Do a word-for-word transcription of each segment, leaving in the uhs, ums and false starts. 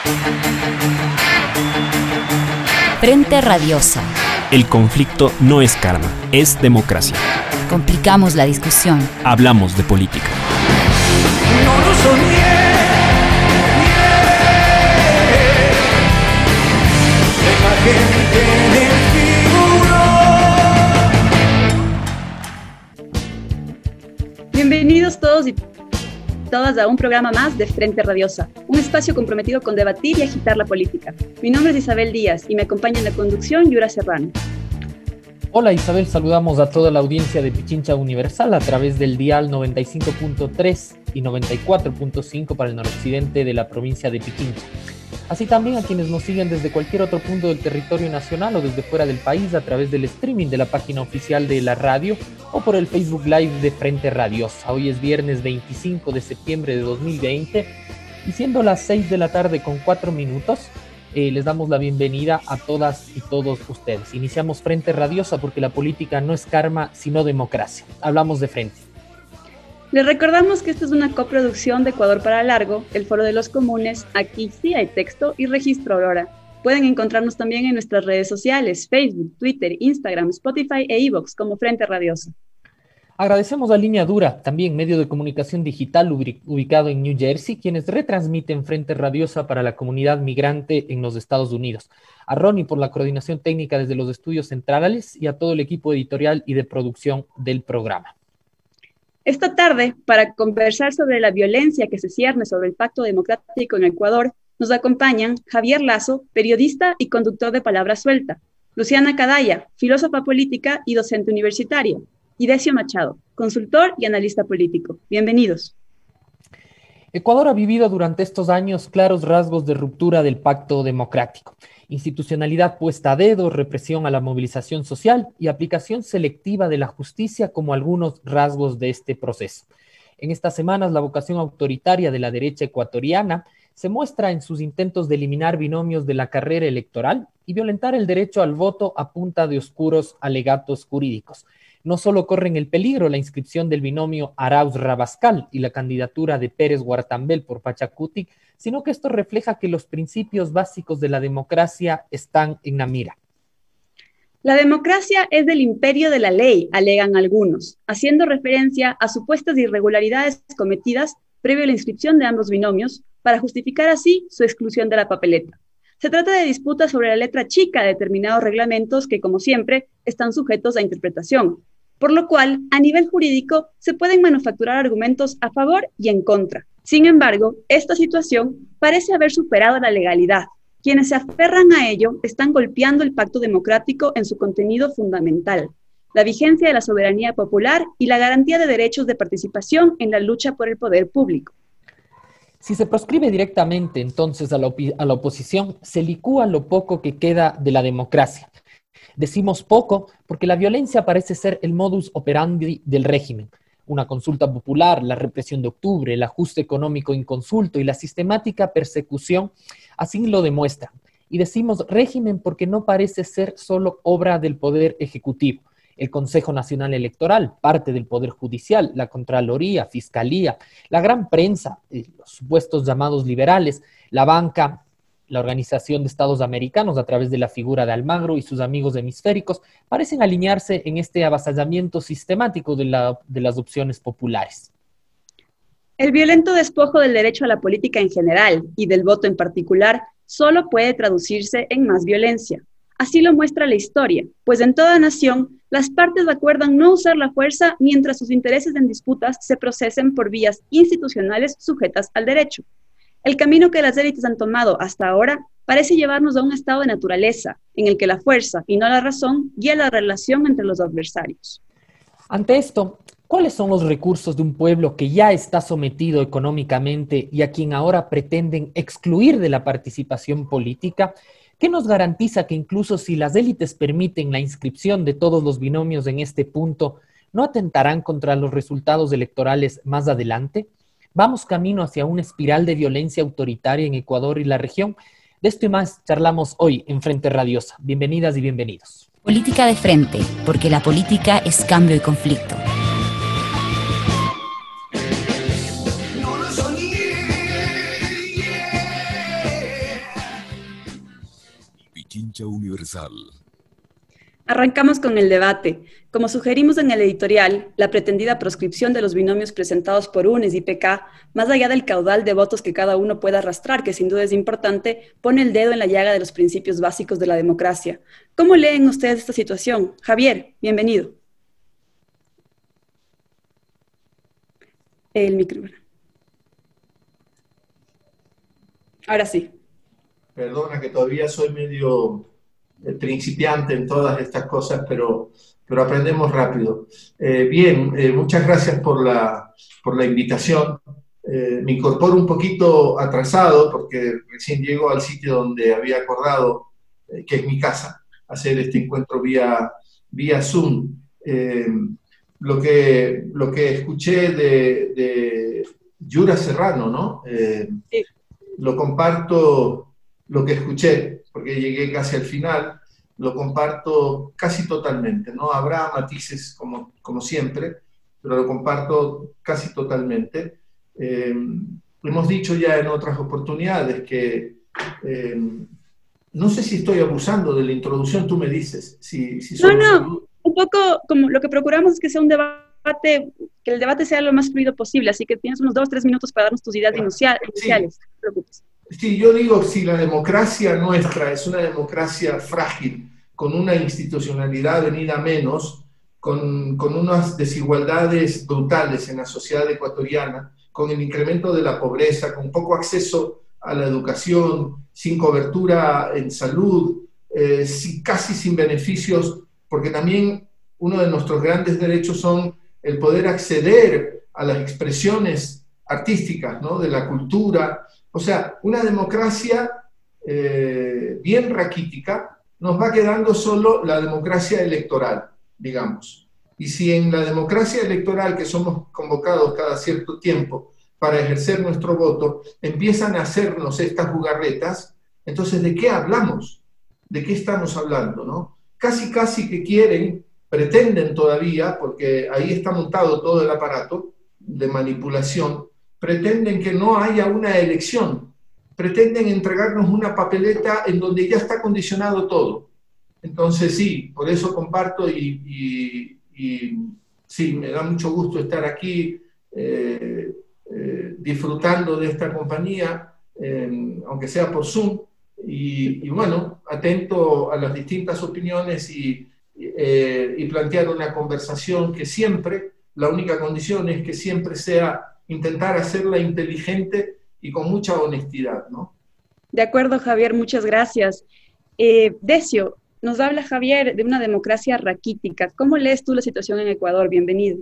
Frente Radiosa. El conflicto no es karma, es democracia. Complicamos la discusión. Hablamos de política. No lo soñé. Bienvenidos todos y todas a un programa más de Frente Radiosa, un espacio comprometido con debatir y agitar la política. Mi nombre es Isabel Díaz y me acompaña en la conducción Yura Serrano. Hola Isabel, saludamos a toda la audiencia de Pichincha Universal a través del dial noventa y cinco punto tres y noventa y cuatro punto cinco para el noroccidente de la provincia de Pichincha. Así también a quienes nos siguen desde cualquier otro punto del territorio nacional o desde fuera del país a través del streaming de la página oficial de la radio o por el Facebook Live de Frente Radiosa. Hoy es viernes veinticinco de septiembre de dos mil veinte y siendo las seis de la tarde con cuatro minutos, eh, les damos la bienvenida a todas y todos ustedes. Iniciamos Frente Radiosa porque la política no es karma, sino democracia. Hablamos de frente. Les recordamos que esta es una coproducción de Ecuador para Largo, el Foro de los Comunes, Aquí Sí Hay Texto y Registro Aurora. Pueden encontrarnos también en nuestras redes sociales, Facebook, Twitter, Instagram, Spotify e iVoox como Frente Radiosa. Agradecemos a Línea Dura, también medio de comunicación digital ubicado en New Jersey, quienes retransmiten Frente Radiosa para la comunidad migrante en los Estados Unidos. A Ronnie por la coordinación técnica desde los estudios centrales y a todo el equipo editorial y de producción del programa. Esta tarde, para conversar sobre la violencia que se cierne sobre el Pacto Democrático en Ecuador, nos acompañan Javier Lazo, periodista y conductor de Palabra Suelta, Luciana Cadaya, filósofa política y docente universitaria, y Decio Machado, consultor y analista político. Bienvenidos. Ecuador ha vivido durante estos años claros rasgos de ruptura del Pacto Democrático. Institucionalidad puesta a dedo, represión a la movilización social y aplicación selectiva de la justicia como algunos rasgos de este proceso. En estas semanas, la vocación autoritaria de la derecha ecuatoriana se muestra en sus intentos de eliminar binomios de la carrera electoral y violentar el derecho al voto a punta de oscuros alegatos jurídicos. No solo corren el peligro la inscripción del binomio Arauz-Rabascal y la candidatura de Pérez-Guartambel por Pachacutic, sino que esto refleja que los principios básicos de la democracia están en la mira. La democracia es del imperio de la ley, alegan algunos, haciendo referencia a supuestas irregularidades cometidas previo a la inscripción de ambos binomios para justificar así su exclusión de la papeleta. Se trata de disputas sobre la letra chica de determinados reglamentos que, como siempre, están sujetos a interpretación, por lo cual, a nivel jurídico, se pueden manufacturar argumentos a favor y en contra. Sin embargo, esta situación parece haber superado la legalidad. Quienes se aferran a ello están golpeando el pacto democrático en su contenido fundamental, la vigencia de la soberanía popular y la garantía de derechos de participación en la lucha por el poder público. Si se proscribe directamente entonces a la, opi- a la oposición, se licúa lo poco que queda de la democracia. Decimos poco porque la violencia parece ser el modus operandi del régimen. Una consulta popular, la represión de octubre, el ajuste económico inconsulto y la sistemática persecución así lo demuestran. Y decimos régimen porque no parece ser solo obra del Poder Ejecutivo. El Consejo Nacional Electoral, parte del Poder Judicial, la Contraloría, Fiscalía, la gran prensa, los supuestos llamados liberales, la banca, la Organización de Estados Americanos a través de la figura de Almagro y sus amigos hemisféricos, parecen alinearse en este avasallamiento sistemático de, la, de las opciones populares. El violento despojo del derecho a la política en general y del voto en particular solo puede traducirse en más violencia. Así lo muestra la historia, pues en toda nación las partes acuerdan no usar la fuerza mientras sus intereses en disputas se procesen por vías institucionales sujetas al derecho. El camino que las élites han tomado hasta ahora parece llevarnos a un estado de naturaleza, en el que la fuerza y no la razón guía la relación entre los adversarios. Ante esto, ¿cuáles son los recursos de un pueblo que ya está sometido económicamente y a quien ahora pretenden excluir de la participación política? ¿Qué nos garantiza que incluso si las élites permiten la inscripción de todos los binomios en este punto, no atentarán contra los resultados electorales más adelante? ¿Vamos camino hacia una espiral de violencia autoritaria en Ecuador y la región? De esto y más charlamos hoy en Frente Radiosa. Bienvenidas y bienvenidos. Política de frente, porque la política es cambio y conflicto. ancha universal. Arrancamos con el debate. Como sugerimos en el editorial, la pretendida proscripción de los binomios presentados por U N E S y P K, más allá del caudal de votos que cada uno pueda arrastrar, que sin duda es importante, pone el dedo en la llaga de los principios básicos de la democracia. ¿Cómo leen ustedes esta situación? Javier, bienvenido. El micrófono. Ahora sí. Perdona que todavía soy medio principiante en todas estas cosas, pero, pero aprendemos rápido. Eh, bien, eh, muchas gracias por la, por la invitación. Eh, me incorporo un poquito atrasado porque recién llego al sitio donde había acordado, eh, que es mi casa, hacer este encuentro vía, vía Zoom. Eh, lo, que, lo que escuché de, de Yura Serrano, ¿no? Eh, sí. Lo comparto. Lo que escuché, porque llegué casi al final, lo comparto casi totalmente, ¿no? Habrá matices como, como siempre, pero lo comparto casi totalmente. Eh, hemos dicho ya en otras oportunidades que, eh, no sé si estoy abusando de la introducción, tú me dices. Si, si no, no, un poco como lo que procuramos es que sea un debate, que el debate sea lo más fluido posible, así que tienes unos dos, tres minutos para darnos tus ideas iniciales, sí. no te preocupes. Sí, yo digo, si la democracia nuestra es una democracia frágil, con una institucionalidad venida menos, con, con unas desigualdades brutales en la sociedad ecuatoriana, con el incremento de la pobreza, con poco acceso a la educación, sin cobertura en salud, eh, sin, casi sin beneficios, porque también uno de nuestros grandes derechos son el poder acceder a las expresiones artísticas, ¿no? De la cultura. O sea, una democracia eh, bien raquítica, nos va quedando solo la democracia electoral, digamos. Y si en la democracia electoral, que somos convocados cada cierto tiempo para ejercer nuestro voto, empiezan a hacernos estas jugarretas, entonces, ¿de qué hablamos? ¿De qué estamos hablando, no? Casi, casi que quieren, pretenden todavía, porque ahí está montado todo el aparato de manipulación, pretenden que no haya una elección, pretenden entregarnos una papeleta en donde ya está condicionado todo. Entonces sí, por eso comparto y, y, y sí, me da mucho gusto estar aquí eh, eh, disfrutando de esta compañía, eh, aunque sea por Zoom, y, y bueno, atento a las distintas opiniones y, eh, y plantear una conversación que siempre, la única condición es que siempre sea intentar hacerla inteligente y con mucha honestidad, ¿no? De acuerdo, Javier, muchas gracias. Eh, Decio, nos habla Javier de una democracia raquítica. ¿Cómo lees tú la situación en Ecuador? Bienvenido.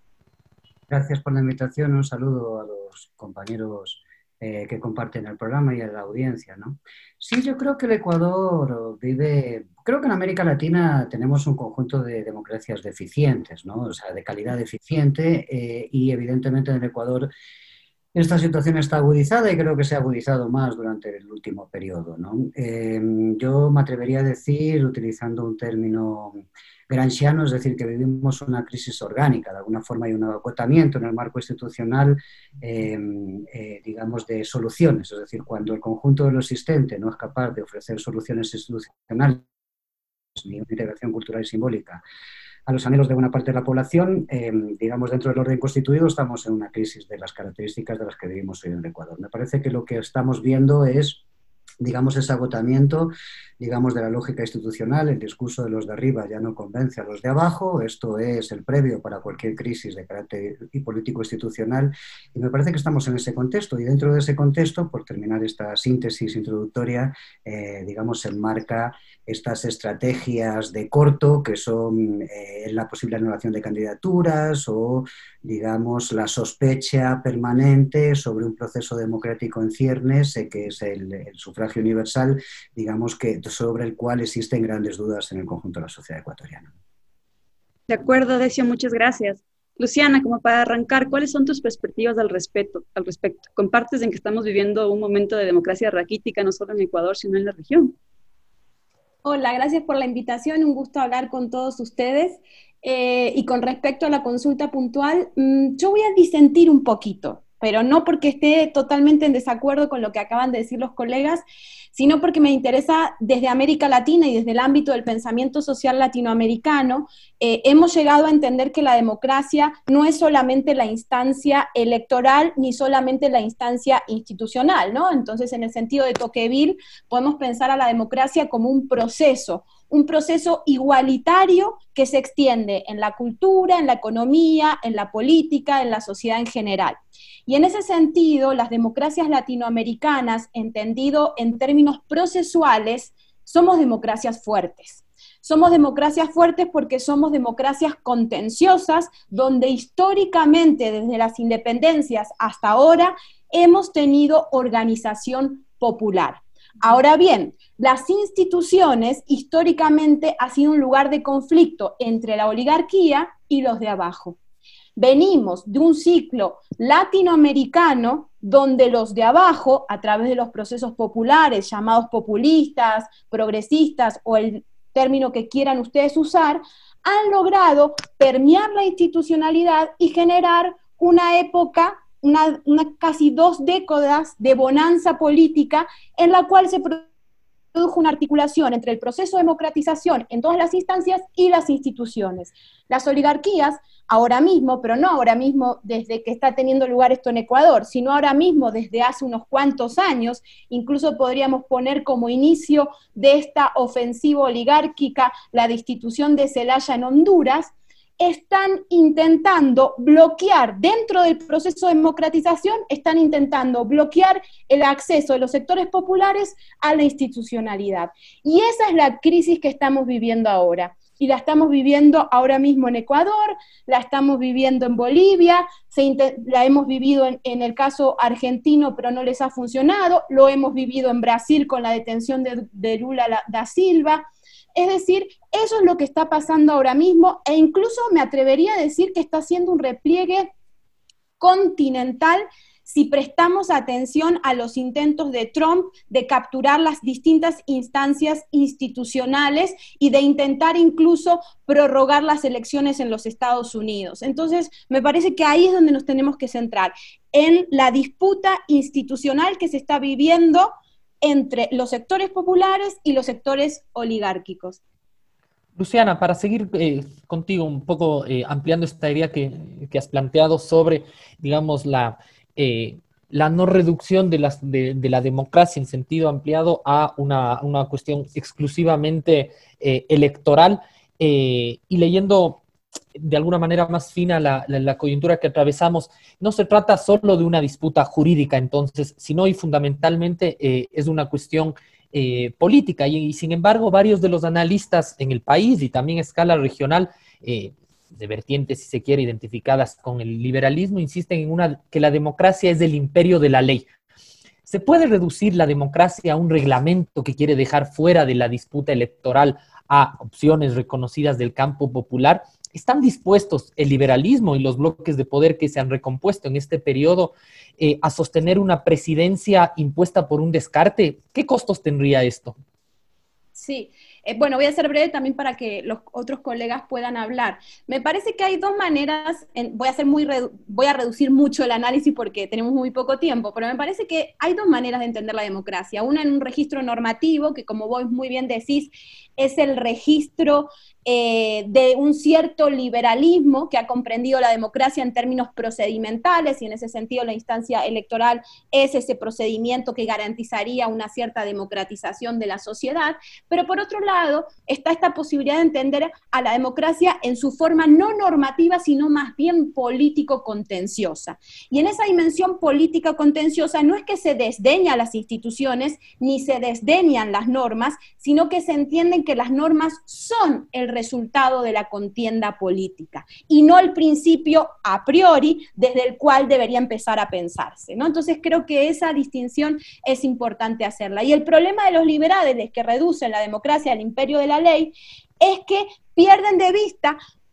Gracias por la invitación. Un saludo a los compañeros eh, que comparten el programa y a la audiencia, ¿no? Sí, yo creo que el Ecuador vive... Creo que en América Latina tenemos un conjunto de democracias deficientes, ¿no? O sea, de calidad deficiente eh, y evidentemente en el Ecuador esta situación está agudizada y creo que se ha agudizado más durante el último periodo, ¿no? Eh, yo me atrevería a decir, utilizando un término gramsciano, es decir, que vivimos una crisis orgánica, de alguna forma hay un agotamiento en el marco institucional, eh, eh, digamos, de soluciones, es decir, cuando el conjunto de lo existente no es capaz de ofrecer soluciones institucionales ni una integración cultural y simbólica a los anhelos de buena parte de la población, eh, digamos, dentro del orden constituido, estamos en una crisis de las características de las que vivimos hoy en el Ecuador. Me parece que lo que estamos viendo es, digamos, ese agotamiento, digamos, de la lógica institucional. El discurso de los de arriba ya no convence a los de abajo. Esto es el previo para cualquier crisis de carácter político-institucional y me parece que estamos en ese contexto y dentro de ese contexto, por terminar esta síntesis introductoria, eh, digamos, se enmarca estas estrategias de corto que son eh, la posible anulación de candidaturas o, digamos, la sospecha permanente sobre un proceso democrático en ciernes, eh, que es el, el sufragio universal, digamos, que sobre el cual existen grandes dudas en el conjunto de la sociedad ecuatoriana. De acuerdo, Decio, muchas gracias. Luciana, como para arrancar, ¿cuáles son tus perspectivas al respecto? Al respecto? ¿Compartes en que estamos viviendo un momento de democracia raquítica no solo en Ecuador, sino en la región? Hola, gracias por la invitación, un gusto hablar con todos ustedes. Eh, y con respecto a la consulta puntual, mmm, yo voy a disentir un poquito. pero no porque esté totalmente en desacuerdo con lo que acaban de decir los colegas, sino porque me interesa desde América Latina y desde el ámbito del pensamiento social latinoamericano, eh, hemos llegado a entender que la democracia no es solamente la instancia electoral ni solamente la instancia institucional, ¿no? Entonces, en el sentido de Tocqueville, podemos pensar a la democracia como un proceso, un proceso igualitario que se extiende en la cultura, en la economía, en la política, en la sociedad en general. Y en ese sentido, las democracias latinoamericanas, entendido en términos procesuales, somos democracias fuertes. Somos democracias fuertes porque somos democracias contenciosas, donde históricamente, desde las independencias hasta ahora, hemos tenido organización popular. Ahora bien, las instituciones históricamente han sido un lugar de conflicto entre la oligarquía y los de abajo. Venimos de un ciclo latinoamericano donde los de abajo, a través de los procesos populares, llamados populistas, progresistas o el término que quieran ustedes usar, han logrado permear la institucionalidad y generar una época, una, una casi dos décadas de bonanza política en la cual se produjo una articulación entre el proceso de democratización en todas las instancias y las instituciones. Las oligarquías, ahora mismo, pero no ahora mismo desde que está teniendo lugar esto en Ecuador, sino ahora mismo desde hace unos cuantos años, incluso podríamos poner como inicio de esta ofensiva oligárquica la destitución de Zelaya en Honduras, están intentando bloquear, dentro del proceso de democratización, están intentando bloquear el acceso de los sectores populares a la institucionalidad. Y esa es la crisis que estamos viviendo ahora. Y la estamos viviendo ahora mismo en Ecuador, la estamos viviendo en Bolivia, se la hemos vivido en, en el caso argentino, pero no les ha funcionado, lo hemos vivido en Brasil con la detención de, de Lula da Silva. Es decir, eso es lo que está pasando ahora mismo, e incluso me atrevería a decir que está haciendo un repliegue continental si prestamos atención a los intentos de Trump de capturar las distintas instancias institucionales y de intentar incluso prorrogar las elecciones en los Estados Unidos. Entonces, me parece que ahí es donde nos tenemos que centrar, en la disputa institucional que se está viviendo entre los sectores populares y los sectores oligárquicos. Luciana, para seguir eh, contigo un poco eh, ampliando esta idea que, que has planteado sobre, digamos, la, eh, la no reducción de, las, de, de la democracia en sentido ampliado a una, una cuestión exclusivamente eh, electoral, eh, y leyendo de alguna manera más fina la, la, la coyuntura que atravesamos, no se trata solo de una disputa jurídica entonces, sino y fundamentalmente eh, es una cuestión eh, política, y, y sin embargo varios de los analistas en el país y también a escala regional, eh, de vertientes, si se quiere, identificadas con el liberalismo, insisten en una, que la democracia es el imperio de la ley. ¿Se puede reducir la democracia a un reglamento que quiere dejar fuera de la disputa electoral a opciones reconocidas del campo popular? ¿Están dispuestos el liberalismo y los bloques de poder que se han recompuesto en este periodo eh, a sostener una presidencia impuesta por un descarte? ¿Qué costos tendría esto? Sí, eh, bueno, voy a ser breve también para que los otros colegas puedan hablar. Me parece que hay dos maneras, en, voy, a hacer muy voy a reducir mucho el análisis porque tenemos muy poco tiempo, pero me parece que hay dos maneras de entender la democracia. Una en un registro normativo, que como vos muy bien decís, es el registro eh, de un cierto liberalismo que ha comprendido la democracia en términos procedimentales, y en ese sentido la instancia electoral es ese procedimiento que garantizaría una cierta democratización de la sociedad. Pero por otro lado, está esta posibilidad de entender a la democracia en su forma no normativa, sino más bien político-contenciosa. Y en esa dimensión política-contenciosa no es que se desdeña las instituciones, ni se desdeñan las normas, sino que se entienden que las normas son el resultado de la contienda política, y no el principio a priori desde el cual debería empezar a pensarse, ¿no? Entonces creo que esa distinción es importante hacerla. Y el problema de los liberales, que reducen la democracia al imperio de la ley, es que pierden de vista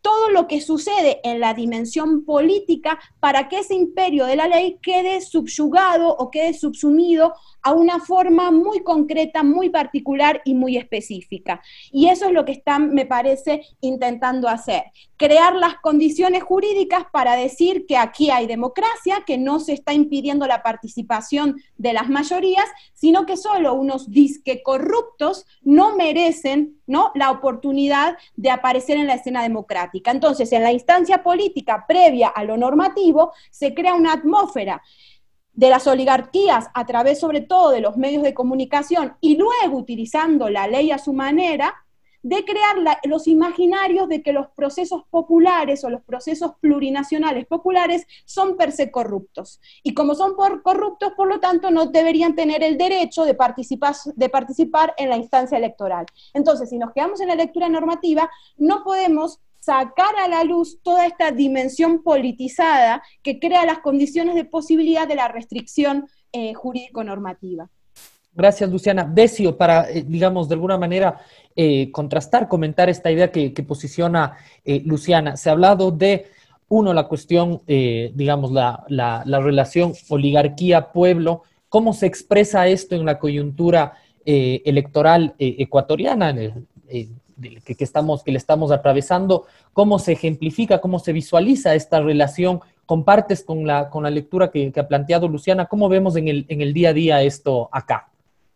todo lo que sucede en la dimensión política para que ese imperio de la ley quede subyugado o quede subsumido a una forma muy concreta, muy particular y muy específica. Y eso es lo que están, me parece, intentando hacer. Crear las condiciones jurídicas para decir que aquí hay democracia, que no se está impidiendo la participación de las mayorías, sino que solo unos disque corruptos no merecen, ¿no?, la oportunidad de aparecer en la escena democrática. Entonces, en la instancia política previa a lo normativo, se crea una atmósfera de las oligarquías a través sobre todo de los medios de comunicación y luego utilizando la ley a su manera, de crear la, los imaginarios de que los procesos populares o los procesos plurinacionales populares son per se corruptos. Y como son por corruptos, por lo tanto, no deberían tener el derecho de participar, de participar en la instancia electoral. Entonces, si nos quedamos en la lectura normativa, no podemos sacar a la luz toda esta dimensión politizada que crea las condiciones de posibilidad de la restricción eh, jurídico-normativa. Gracias, Luciana. Decio, para, eh, digamos, de alguna manera eh, contrastar, comentar esta idea que, que posiciona eh, Luciana. Se ha hablado de, uno, la cuestión, eh, digamos, la, la, la relación oligarquía-pueblo, cómo se expresa esto en la coyuntura eh, electoral eh, ecuatoriana, en el, eh, que, que, estamos, que le estamos atravesando, cómo se ejemplifica, cómo se visualiza esta relación. Compartes con la, con la lectura que, que ha planteado Luciana, ¿cómo vemos en el, en el día a día esto acá?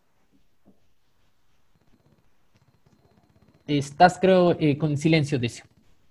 Estás, creo, eh, con silencio, Decio.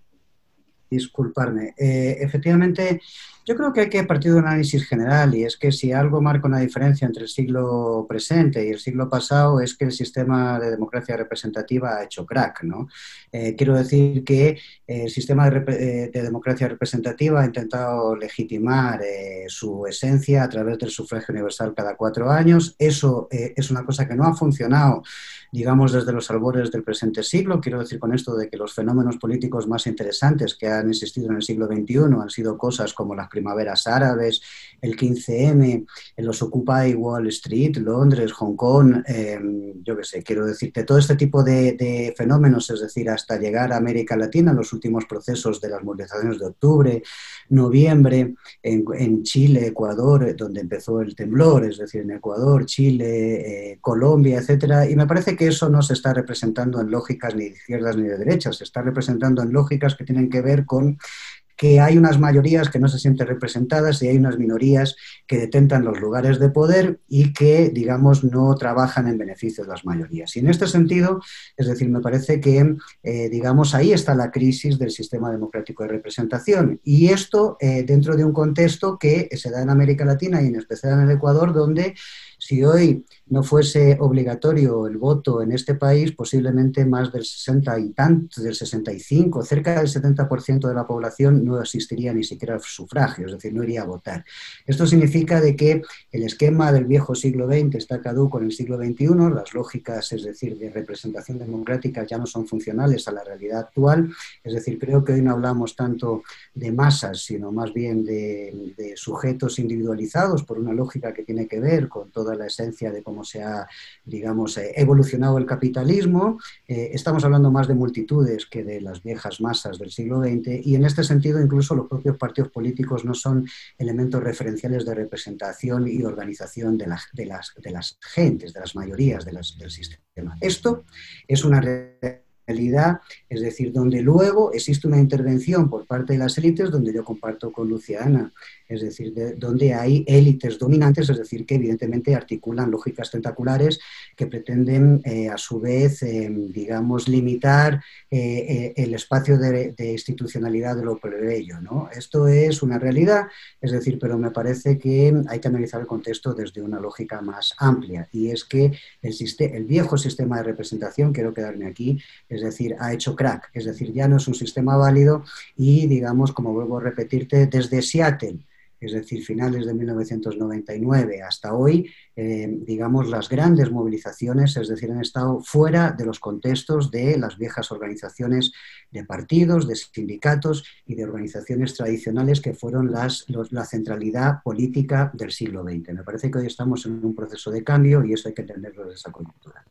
Disculparme. Eh, efectivamente, yo creo que hay que partir de un análisis general, y es que si algo marca una diferencia entre el siglo presente y el siglo pasado es que el sistema de democracia representativa ha hecho crack, ¿no? Eh, quiero decir que el sistema de, de democracia representativa ha intentado legitimar eh, su esencia a través del sufragio universal cada cuatro años. Eso eh, es una cosa que no ha funcionado, digamos, desde los albores del presente siglo. Quiero decir con esto de que los fenómenos políticos más interesantes que han existido en el siglo veintiuno han sido cosas como las primaveras árabes, el quince eme, los Occupy Wall Street, Londres, Hong Kong, eh, yo qué sé, quiero decirte, todo este tipo de, de fenómenos, es decir, hasta llegar a América Latina, los últimos procesos de las movilizaciones de octubre, noviembre, en, en Chile, Ecuador, donde empezó el temblor, es decir, en Ecuador, Chile, eh, Colombia, etcétera, y me parece que eso no se está representando en lógicas ni de izquierdas ni de derechas, se está representando en lógicas que tienen que ver con que hay unas mayorías que no se sienten representadas y hay unas minorías que detentan los lugares de poder y que, digamos, no trabajan en beneficio de las mayorías. Y en este sentido, es decir, me parece que, eh, digamos, ahí está la crisis del sistema democrático de representación. Y esto eh, dentro de un contexto que se da en América Latina y en especial en el Ecuador, donde si hoy no fuese obligatorio el voto en este país, posiblemente más del sesenta y tanto, del sesenta y cinco, cerca del setenta por ciento de la población no asistiría ni siquiera al sufragio, es decir, no iría a votar. Esto significa de que el esquema del viejo siglo veinte está caduco en el siglo veintiuno, las lógicas, es decir, de representación democrática ya no son funcionales a la realidad actual, es decir, creo que hoy no hablamos tanto de masas, sino más bien de, de sujetos individualizados por una lógica que tiene que ver con toda la esencia de cómo se ha, digamos, evolucionado el capitalismo. Eh, estamos hablando más de multitudes que de las viejas masas del siglo veinte y en este sentido incluso los propios partidos políticos no son elementos referenciales de representación y organización de, la, de, las, de las gentes, de las mayorías de las, del sistema. Esto es una realidad, es decir, donde luego existe una intervención por parte de las élites, donde yo comparto con Luciana, es decir, de, donde hay élites dominantes, es decir, que evidentemente articulan lógicas tentaculares que pretenden eh, a su vez, eh, digamos, limitar eh, eh, el espacio de, de institucionalidad de lo plebeyo, ¿no? Esto es una realidad, es decir, pero me parece que hay que analizar el contexto desde una lógica más amplia, y es que el, sistema, el viejo sistema de representación, quiero quedarme aquí, es decir, ha hecho crack, es decir, ya no es un sistema válido y, digamos, como vuelvo a repetirte, desde Seattle, es decir, finales de mil novecientos noventa y nueve hasta hoy, eh, digamos, las grandes movilizaciones, es decir, han estado fuera de los contextos de las viejas organizaciones de partidos, de sindicatos y de organizaciones tradicionales que fueron las, los, la centralidad política del siglo veinte. Me parece que hoy estamos en un proceso de cambio y eso hay que entenderlo desde esa coyuntura.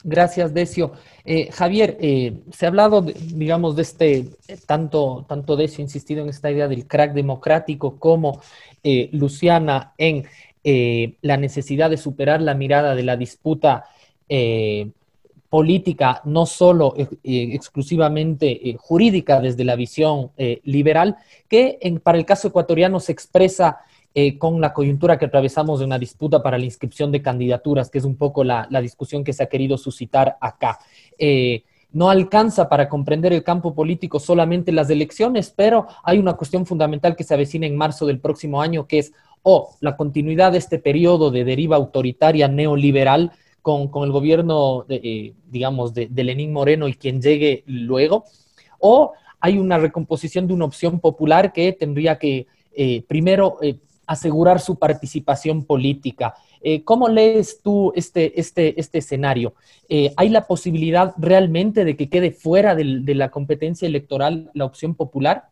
Gracias, Decio. Eh, Javier, eh, se ha hablado, de, digamos, de este, eh, tanto, tanto Decio ha insistido en esta idea del crack democrático como eh, Luciana en eh, la necesidad de superar la mirada de la disputa eh, política, no solo eh, exclusivamente eh, jurídica desde la visión eh, liberal, que en, para el caso ecuatoriano se expresa Eh, con la coyuntura que atravesamos de una disputa para la inscripción de candidaturas, que es un poco la, la discusión que se ha querido suscitar acá. Eh, no alcanza para comprender el campo político solamente las elecciones, pero hay una cuestión fundamental que se avecina en marzo del próximo año, que es o oh, la continuidad de este periodo de deriva autoritaria neoliberal con, con el gobierno, de, eh, digamos, de, de Lenín Moreno y quien llegue luego, o hay una recomposición de una opción popular que tendría que, eh, primero, eh, asegurar su participación política. Eh, ¿Cómo lees tú este, este, este escenario? Eh, ¿Hay la posibilidad realmente de que quede fuera de, de la competencia electoral la opción popular?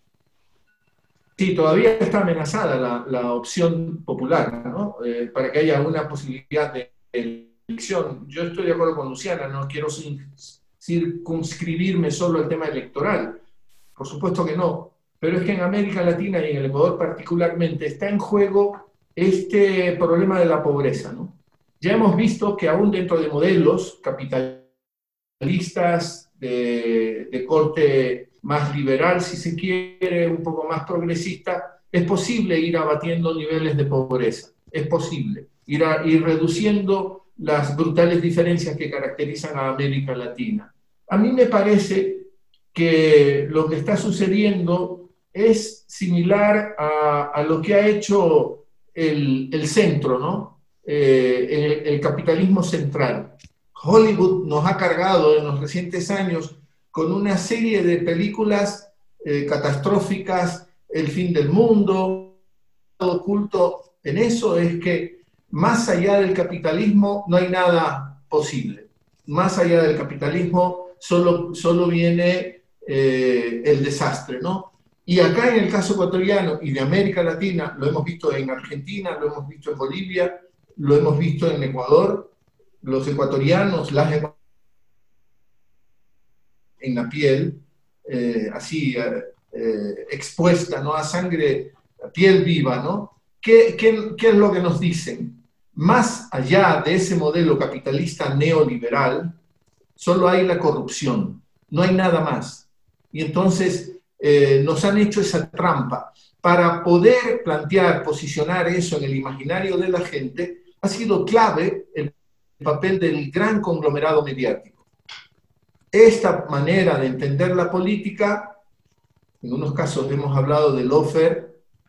Sí, todavía está amenazada la, la opción popular, ¿no? Eh, para que haya una posibilidad de elección. Yo estoy de acuerdo con Luciana, no quiero circunscribirme solo al tema electoral. Por supuesto que no. Pero es que en América Latina y en el Ecuador particularmente está en juego este problema de la pobreza, ¿no? Ya hemos visto que aún dentro de modelos capitalistas de, de corte más liberal, si se quiere, un poco más progresista, es posible ir abatiendo niveles de pobreza. Es posible ir, a, ir reduciendo las brutales diferencias que caracterizan a América Latina. A mí me parece que lo que está sucediendo es similar a, a lo que ha hecho el, el centro, ¿no? Eh, el, el capitalismo central. Hollywood nos ha cargado en los recientes años con una serie de películas eh, catastróficas, el fin del mundo, todo oculto en eso es que más allá del capitalismo no hay nada posible. Más allá del capitalismo solo, solo viene eh, el desastre, ¿no? Y acá en el caso ecuatoriano y de América Latina, lo hemos visto en Argentina, lo hemos visto en Bolivia, lo hemos visto en Ecuador, los ecuatorianos, las ecuatorianas en la piel, eh, así eh, expuesta, ¿no? A sangre, a piel viva, ¿no? ¿Qué, qué, ¿Qué es lo que nos dicen? Más allá de ese modelo capitalista neoliberal, solo hay la corrupción, no hay nada más. Y entonces eh, nos han hecho esa trampa. Para poder plantear, posicionar eso en el imaginario de la gente, ha sido clave el papel del gran conglomerado mediático. Esta manera de entender la política, en unos casos hemos hablado del lawfare,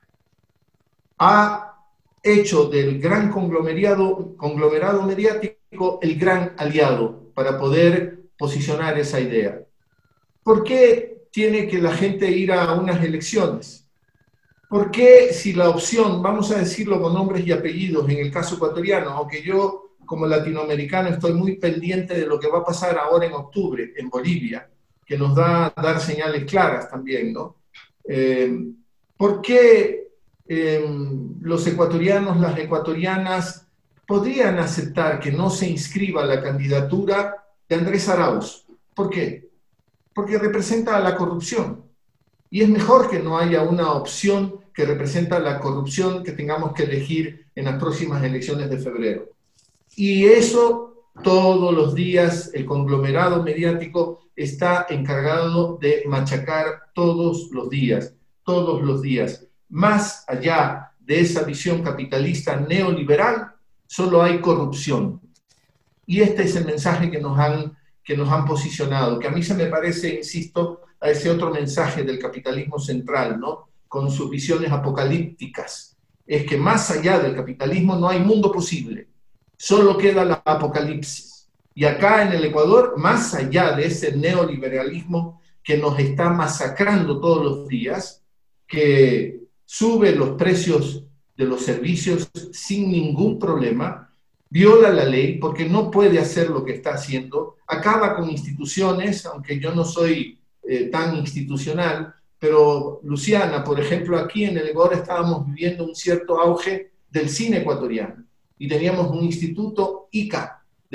ha hecho del gran conglomerado, conglomerado mediático el gran aliado para poder posicionar esa idea. ¿Por qué tiene que la gente ir a unas elecciones? ¿Por qué si la opción, vamos a decirlo con nombres y apellidos en el caso ecuatoriano, aunque yo como latinoamericano estoy muy pendiente de lo que va a pasar ahora en octubre en Bolivia, que nos da a dar señales claras también, ¿no? Eh, ¿Por qué eh, los ecuatorianos, las ecuatorianas podrían aceptar que no se inscriba la candidatura de Andrés Arauz? ¿Por qué? Porque representa a la corrupción. Y es mejor que no haya una opción que representa la corrupción que tengamos que elegir en las próximas elecciones de febrero. Y eso todos los días el conglomerado mediático está encargado de machacar todos los días, todos los días. Más allá de esa visión capitalista neoliberal, solo hay corrupción. Y este es el mensaje que nos han, que nos han posicionado, que a mí se me parece, insisto, a ese otro mensaje del capitalismo central, ¿no? Con sus visiones apocalípticas. Es que más allá del capitalismo no hay mundo posible. Solo queda la apocalipsis. Y acá en el Ecuador, más allá de ese neoliberalismo que nos está masacrando todos los días, que sube los precios de los servicios sin ningún problema, viola la ley porque no puede hacer lo que está haciendo, acaba con instituciones, aunque yo no soy eh, tan institucional, pero Luciana, por ejemplo, aquí en el Ecuador estábamos viviendo un cierto auge del cine ecuatoriano. Y teníamos un instituto I C A,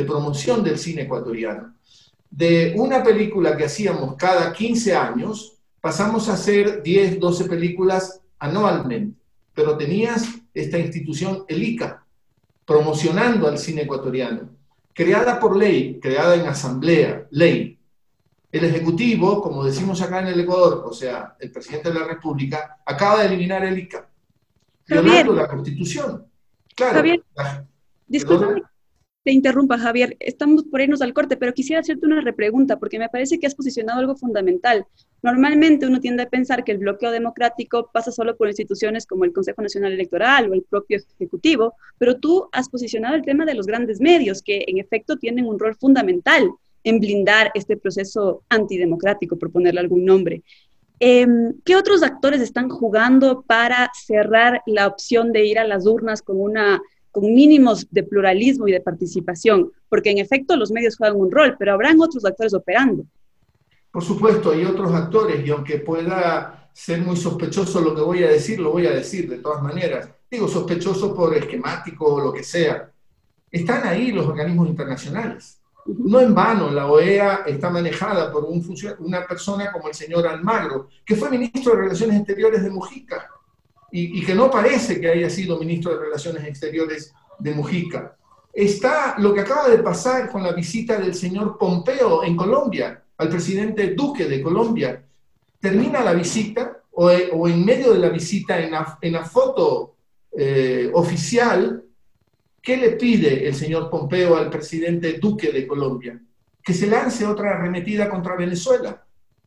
de promoción del cine ecuatoriano. De una película que hacíamos cada quince años, pasamos a hacer diez, doce películas anualmente, pero tenías esta institución, el I C A, promocionando al cine ecuatoriano, creada por ley, creada en asamblea, ley. El Ejecutivo, como decimos acá en el Ecuador, o sea, el presidente de la República, acaba de eliminar el I C A, violando la Constitución. Claro. Javier, discúlpame. Te interrumpa, Javier, estamos por irnos al corte, pero quisiera hacerte una repregunta, porque me parece que has posicionado algo fundamental. Normalmente uno tiende a pensar que el bloqueo democrático pasa solo por instituciones como el Consejo Nacional Electoral o el propio Ejecutivo, pero tú has posicionado el tema de los grandes medios, que en efecto tienen un rol fundamental en blindar este proceso antidemocrático, por ponerle algún nombre. Eh, ¿Qué otros actores están jugando para cerrar la opción de ir a las urnas con una... con mínimos de pluralismo y de participación? Porque en efecto los medios juegan un rol, pero habrán otros actores operando. Por supuesto, hay otros actores, y aunque pueda ser muy sospechoso lo que voy a decir, lo voy a decir de todas maneras. Digo sospechoso por esquemático o lo que sea. Están ahí los organismos internacionales. No en vano, la O E A está manejada por un una persona como el señor Almagro, que fue ministro de Relaciones Exteriores de Mujica, Y, y que no parece que haya sido ministro de Relaciones Exteriores de Mujica. Está lo que acaba de pasar con la visita del señor Pompeo en Colombia, al presidente Duque de Colombia. Termina la visita, o, o en medio de la visita, en la, en la foto eh, oficial, ¿qué le pide el señor Pompeo al presidente Duque de Colombia? Que se lance otra arremetida contra Venezuela.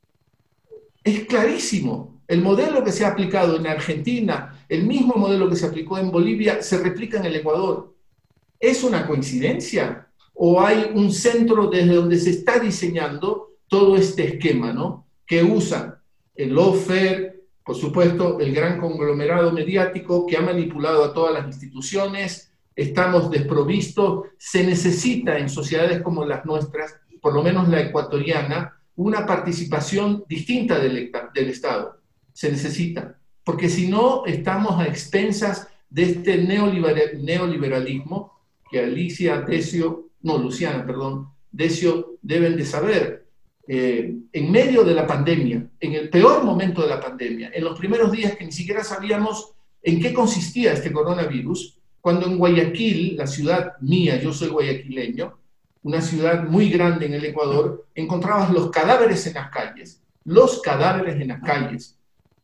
Es clarísimo. El modelo que se ha aplicado en Argentina, el mismo modelo que se aplicó en Bolivia, se replica en el Ecuador. ¿Es una coincidencia? ¿O hay un centro desde donde se está diseñando todo este esquema, ¿no? Que usan el lawfare, por supuesto, el gran conglomerado mediático que ha manipulado a todas las instituciones? Estamos desprovistos. Se necesita en sociedades como las nuestras, por lo menos la ecuatoriana, una participación distinta del, del Estado. Se necesita, porque si no estamos a expensas de este neoliberal, neoliberalismo que Alicia, Decio, no, Luciana, perdón, Decio deben de saber. Eh, en medio de la pandemia, en el peor momento de la pandemia, en los primeros días que ni siquiera sabíamos en qué consistía este coronavirus, cuando en Guayaquil, la ciudad mía, yo soy guayaquileño, una ciudad muy grande en el Ecuador, encontrabas los cadáveres en las calles, los cadáveres en las calles.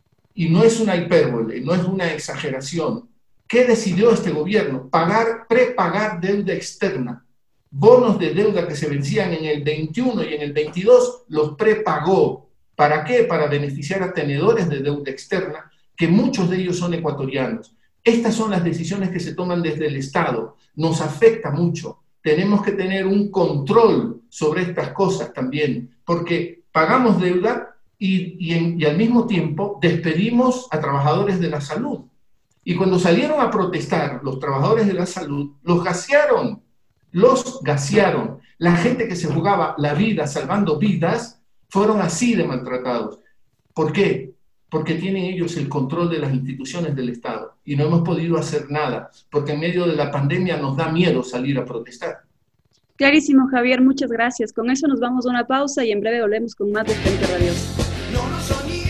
Y no es una hipérbole, no es una exageración. ¿Qué decidió este gobierno? Pagar, prepagar deuda externa. Bonos de deuda que se vencían en el veintiuno y en el veintidós, los prepagó. ¿Para qué? Para beneficiar a tenedores de deuda externa, que muchos de ellos son ecuatorianos. Estas son las decisiones que se toman desde el Estado. Nos afecta mucho. Tenemos que tener un control sobre estas cosas también, porque pagamos deuda y, y, en, y al mismo tiempo despedimos a trabajadores de la salud. Y cuando salieron a protestar los trabajadores de la salud, los gasearon, los gasearon. La gente que se jugaba la vida salvando vidas fueron así de maltratados. ¿Por qué? Porque tienen ellos el control de las instituciones del Estado y no hemos podido hacer nada, porque en medio de la pandemia nos da miedo salir a protestar. Clarísimo, Javier, muchas gracias. Con eso nos vamos a una pausa y en breve volvemos con más de Frente Radiosa. No lo soñé.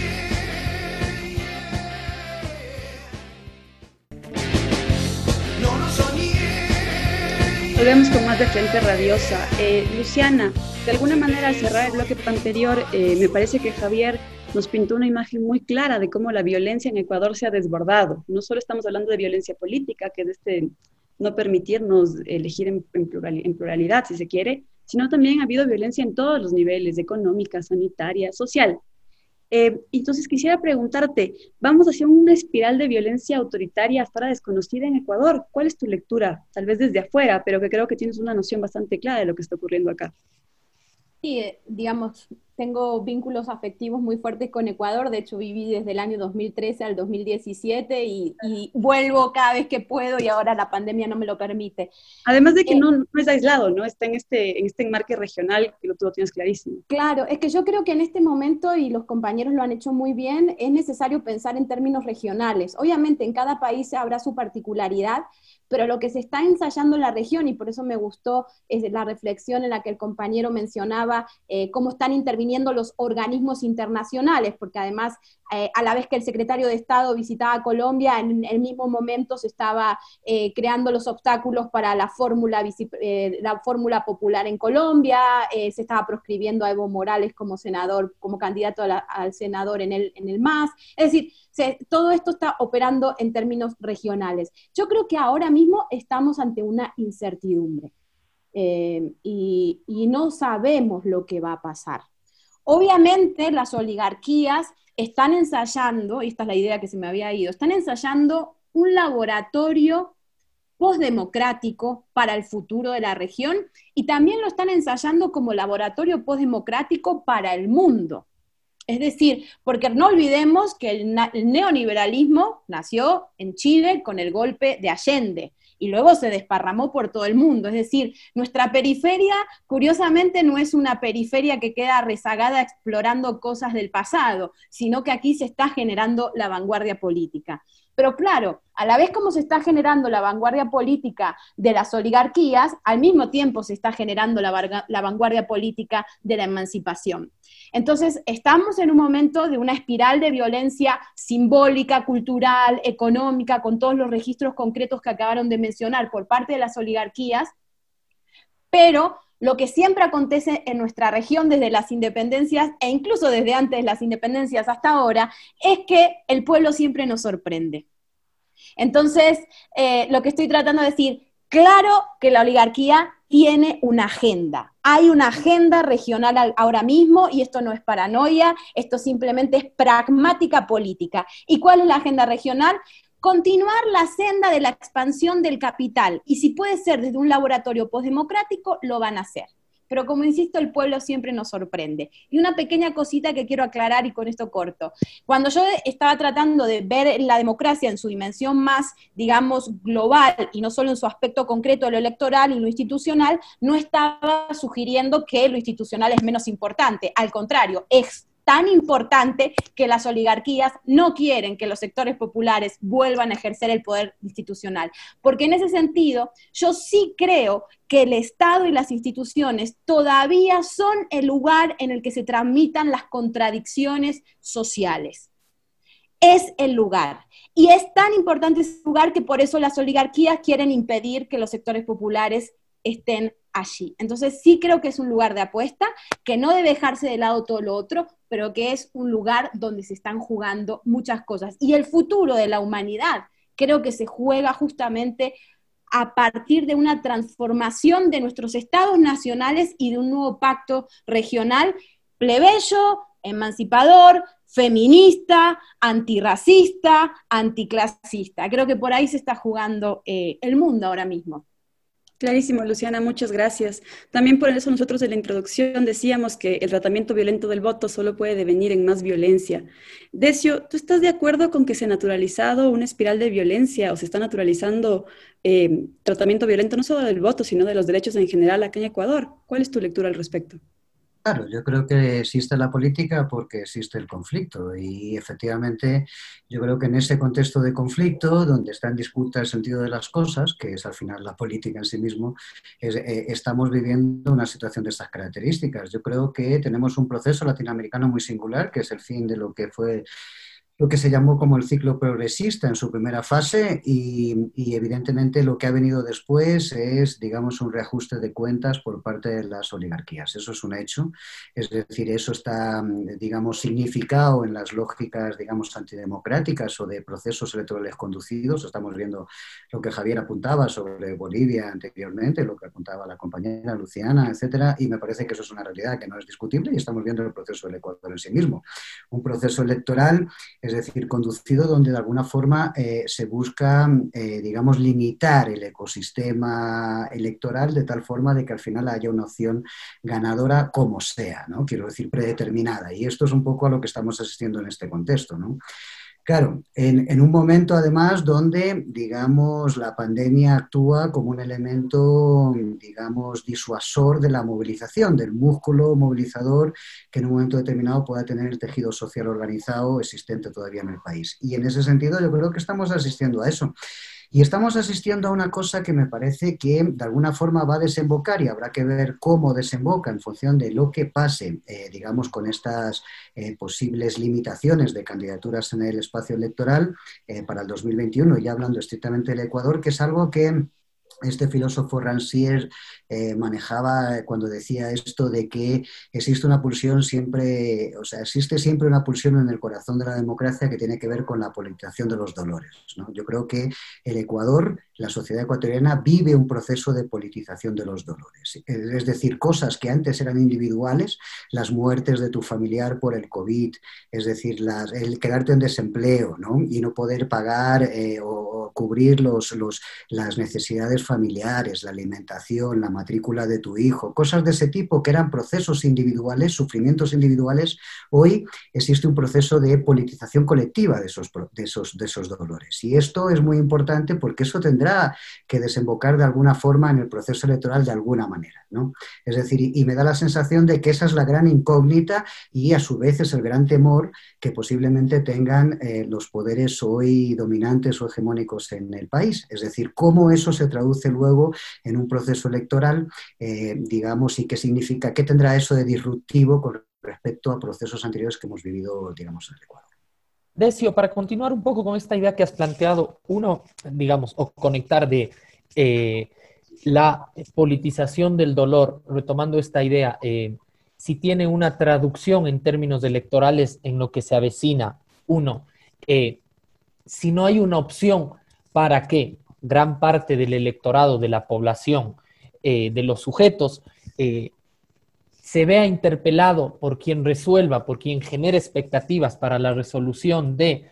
No lo soñé. Volvemos con más de Frente Radiosa. Eh, Luciana, de alguna manera al cerrar el bloque anterior, eh, me parece que Javier nos pintó una imagen muy clara de cómo la violencia en Ecuador se ha desbordado. No solo estamos hablando de violencia política, que es este no permitirnos elegir en, en, plural, en pluralidad, si se quiere, sino también ha habido violencia en todos los niveles, económica, sanitaria, social. Eh, entonces quisiera preguntarte, ¿vamos hacia una espiral de violencia autoritaria hasta ahora desconocida en Ecuador? ¿Cuál es tu lectura? Tal vez desde afuera, pero que creo que tienes una noción bastante clara de lo que está ocurriendo acá. Sí, digamos, tengo vínculos afectivos muy fuertes con Ecuador. De hecho viví desde el año dos mil trece al dos mil diecisiete y, y vuelvo cada vez que puedo y ahora la pandemia no me lo permite. Además de que eh, no, no es aislado, ¿no? Está en este, en este enmarque regional que tú lo tienes clarísimo. Claro, es que yo creo que en este momento, y los compañeros lo han hecho muy bien, es necesario pensar en términos regionales. Obviamente en cada país habrá su particularidad, pero lo que se está ensayando en la región, y por eso me gustó es la reflexión en la que el compañero mencionaba eh, cómo están interviniendo los organismos internacionales, porque además, eh, a la vez que el secretario de Estado visitaba Colombia, en el mismo momento se estaba eh, creando los obstáculos para la fórmula, eh, la fórmula popular en Colombia, eh, se estaba proscribiendo a Evo Morales como senador, como candidato a la, al senador en el, en el M A S, es decir, se, todo esto está operando en términos regionales. Yo creo que ahora mismo estamos ante una incertidumbre, eh, y, y no sabemos lo que va a pasar. Obviamente las oligarquías están ensayando, y esta es la idea que se me había ido, están ensayando un laboratorio postdemocrático para el futuro de la región, y también lo están ensayando como laboratorio postdemocrático para el mundo. Es decir, porque no olvidemos que el, el neoliberalismo nació en Chile con el golpe de Allende, y luego se desparramó por todo el mundo. Es decir, nuestra periferia, curiosamente, no es una periferia que queda rezagada explorando cosas del pasado, sino que aquí se está generando la vanguardia política. Pero claro, a la vez como se está generando la vanguardia política de las oligarquías, al mismo tiempo se está generando la, la vanguardia política de la emancipación. Entonces, estamos en un momento de una espiral de violencia simbólica, cultural, económica, con todos los registros concretos que acabaron de mencionar por parte de las oligarquías, pero lo que siempre acontece en nuestra región desde las independencias, e incluso desde antes de las independencias hasta ahora, es que el pueblo siempre nos sorprende. Entonces, eh, lo que estoy tratando de decir, claro que la oligarquía tiene una agenda. Hay una agenda regional ahora mismo, y esto no es paranoia, esto simplemente es pragmática política. ¿Y cuál es la agenda regional? Continuar la senda de la expansión del capital, y si puede ser desde un laboratorio postdemocrático, lo van a hacer. Pero como insisto, el pueblo siempre nos sorprende. Y una pequeña cosita que quiero aclarar, y con esto corto. Cuando yo estaba tratando de ver la democracia en su dimensión más, digamos, global, y no solo en su aspecto concreto de lo electoral y lo institucional, no estaba sugiriendo que lo institucional es menos importante. Al contrario, es tan importante que las oligarquías no quieren que los sectores populares vuelvan a ejercer el poder institucional. Porque en ese sentido, yo sí creo que el Estado y las instituciones todavía son el lugar en el que se tramitan las contradicciones sociales. Es el lugar. Y es tan importante ese lugar que por eso las oligarquías quieren impedir que los sectores populares estén allí. Entonces sí creo que es un lugar de apuesta, que no debe dejarse de lado todo lo otro, pero que es un lugar donde se están jugando muchas cosas. Y el futuro de la humanidad creo que se juega justamente a partir de una transformación de nuestros estados nacionales y de un nuevo pacto regional plebeyo, emancipador, feminista, antirracista, anticlasista. Creo que por ahí se está jugando eh, el mundo ahora mismo. Clarísimo, Luciana, muchas gracias. También por eso nosotros en la introducción decíamos que el tratamiento violento del voto solo puede devenir en más violencia. Decio, ¿tú estás de acuerdo con que se ha naturalizado una espiral de violencia o se está naturalizando eh, tratamiento violento no solo del voto, sino de los derechos en general acá en Ecuador? ¿Cuál es tu lectura al respecto? Claro, yo creo que existe la política porque existe el conflicto, y efectivamente yo creo que en ese contexto de conflicto, donde está en disputa el sentido de las cosas, que es al final la política en sí mismo, es, eh, estamos viviendo una situación de estas características. Yo creo que tenemos un proceso latinoamericano muy singular, que es el fin de lo que fue lo que se llamó como el ciclo progresista en su primera fase, y, y evidentemente lo que ha venido después es, digamos, un reajuste de cuentas por parte de las oligarquías. Eso es un hecho, es decir, eso está, digamos, significado en las lógicas, digamos, antidemocráticas o de procesos electorales conducidos. Estamos viendo lo que Javier apuntaba sobre Bolivia anteriormente, lo que apuntaba la compañera Luciana, etcétera, y me parece que eso es una realidad que no es discutible, y estamos viendo el proceso del Ecuador en sí mismo. Un proceso electoral, es decir, conducido donde de alguna forma eh, se busca, eh, digamos, limitar el ecosistema electoral de tal forma de que al final haya una opción ganadora como sea, ¿no? Quiero decir, predeterminada. Y esto es un poco a lo que estamos asistiendo en este contexto, ¿no? Claro, en, en un momento además donde, digamos, la pandemia actúa como un elemento, digamos, disuasor de la movilización, del músculo movilizador que en un momento determinado pueda tener el tejido social organizado existente todavía en el país. Y en ese sentido yo creo que estamos asistiendo a eso. Y estamos asistiendo a una cosa que me parece que de alguna forma va a desembocar y habrá que ver cómo desemboca en función de lo que pase, eh, digamos, con estas eh, posibles limitaciones de candidaturas en el espacio electoral eh, para el dos mil veintiuno, ya hablando estrictamente del Ecuador, que es algo que este filósofo Rancière eh, manejaba cuando decía esto de que existe una pulsión siempre, o sea, existe siempre una pulsión en el corazón de la democracia que tiene que ver con la politización de los dolores, ¿no? Yo creo que el Ecuador, la sociedad ecuatoriana, vive un proceso de politización de los dolores. Es decir, cosas que antes eran individuales, las muertes de tu familiar por el COVID, es decir, las, el quedarte en desempleo, ¿no? Y no poder pagar eh, o, o cubrir los, los, las necesidades familiares, la alimentación, la matrícula de tu hijo, cosas de ese tipo que eran procesos individuales, sufrimientos individuales. Hoy existe un proceso de politización colectiva de esos, de esos, de esos dolores. Y esto es muy importante porque eso tendrá que desembocar de alguna forma en el proceso electoral de alguna manera, ¿no? Es decir, y, y me da la sensación de que esa es la gran incógnita y a su vez es el gran temor que posiblemente tengan eh, los poderes hoy dominantes o hegemónicos en el país. Es decir, cómo eso se traduce luego en un proceso electoral, eh, digamos, y qué significa, qué tendrá eso de disruptivo con respecto a procesos anteriores que hemos vivido, digamos, en el Ecuador. Decio, para continuar un poco con esta idea que has planteado, uno, digamos, o conectar de eh, la politización del dolor, retomando esta idea, eh, si tiene una traducción en términos electorales en lo que se avecina, uno, eh, si no hay una opción para que gran parte del electorado, de la población, eh, de los sujetos, eh, se vea interpelado por quien resuelva, por quien genere expectativas para la resolución de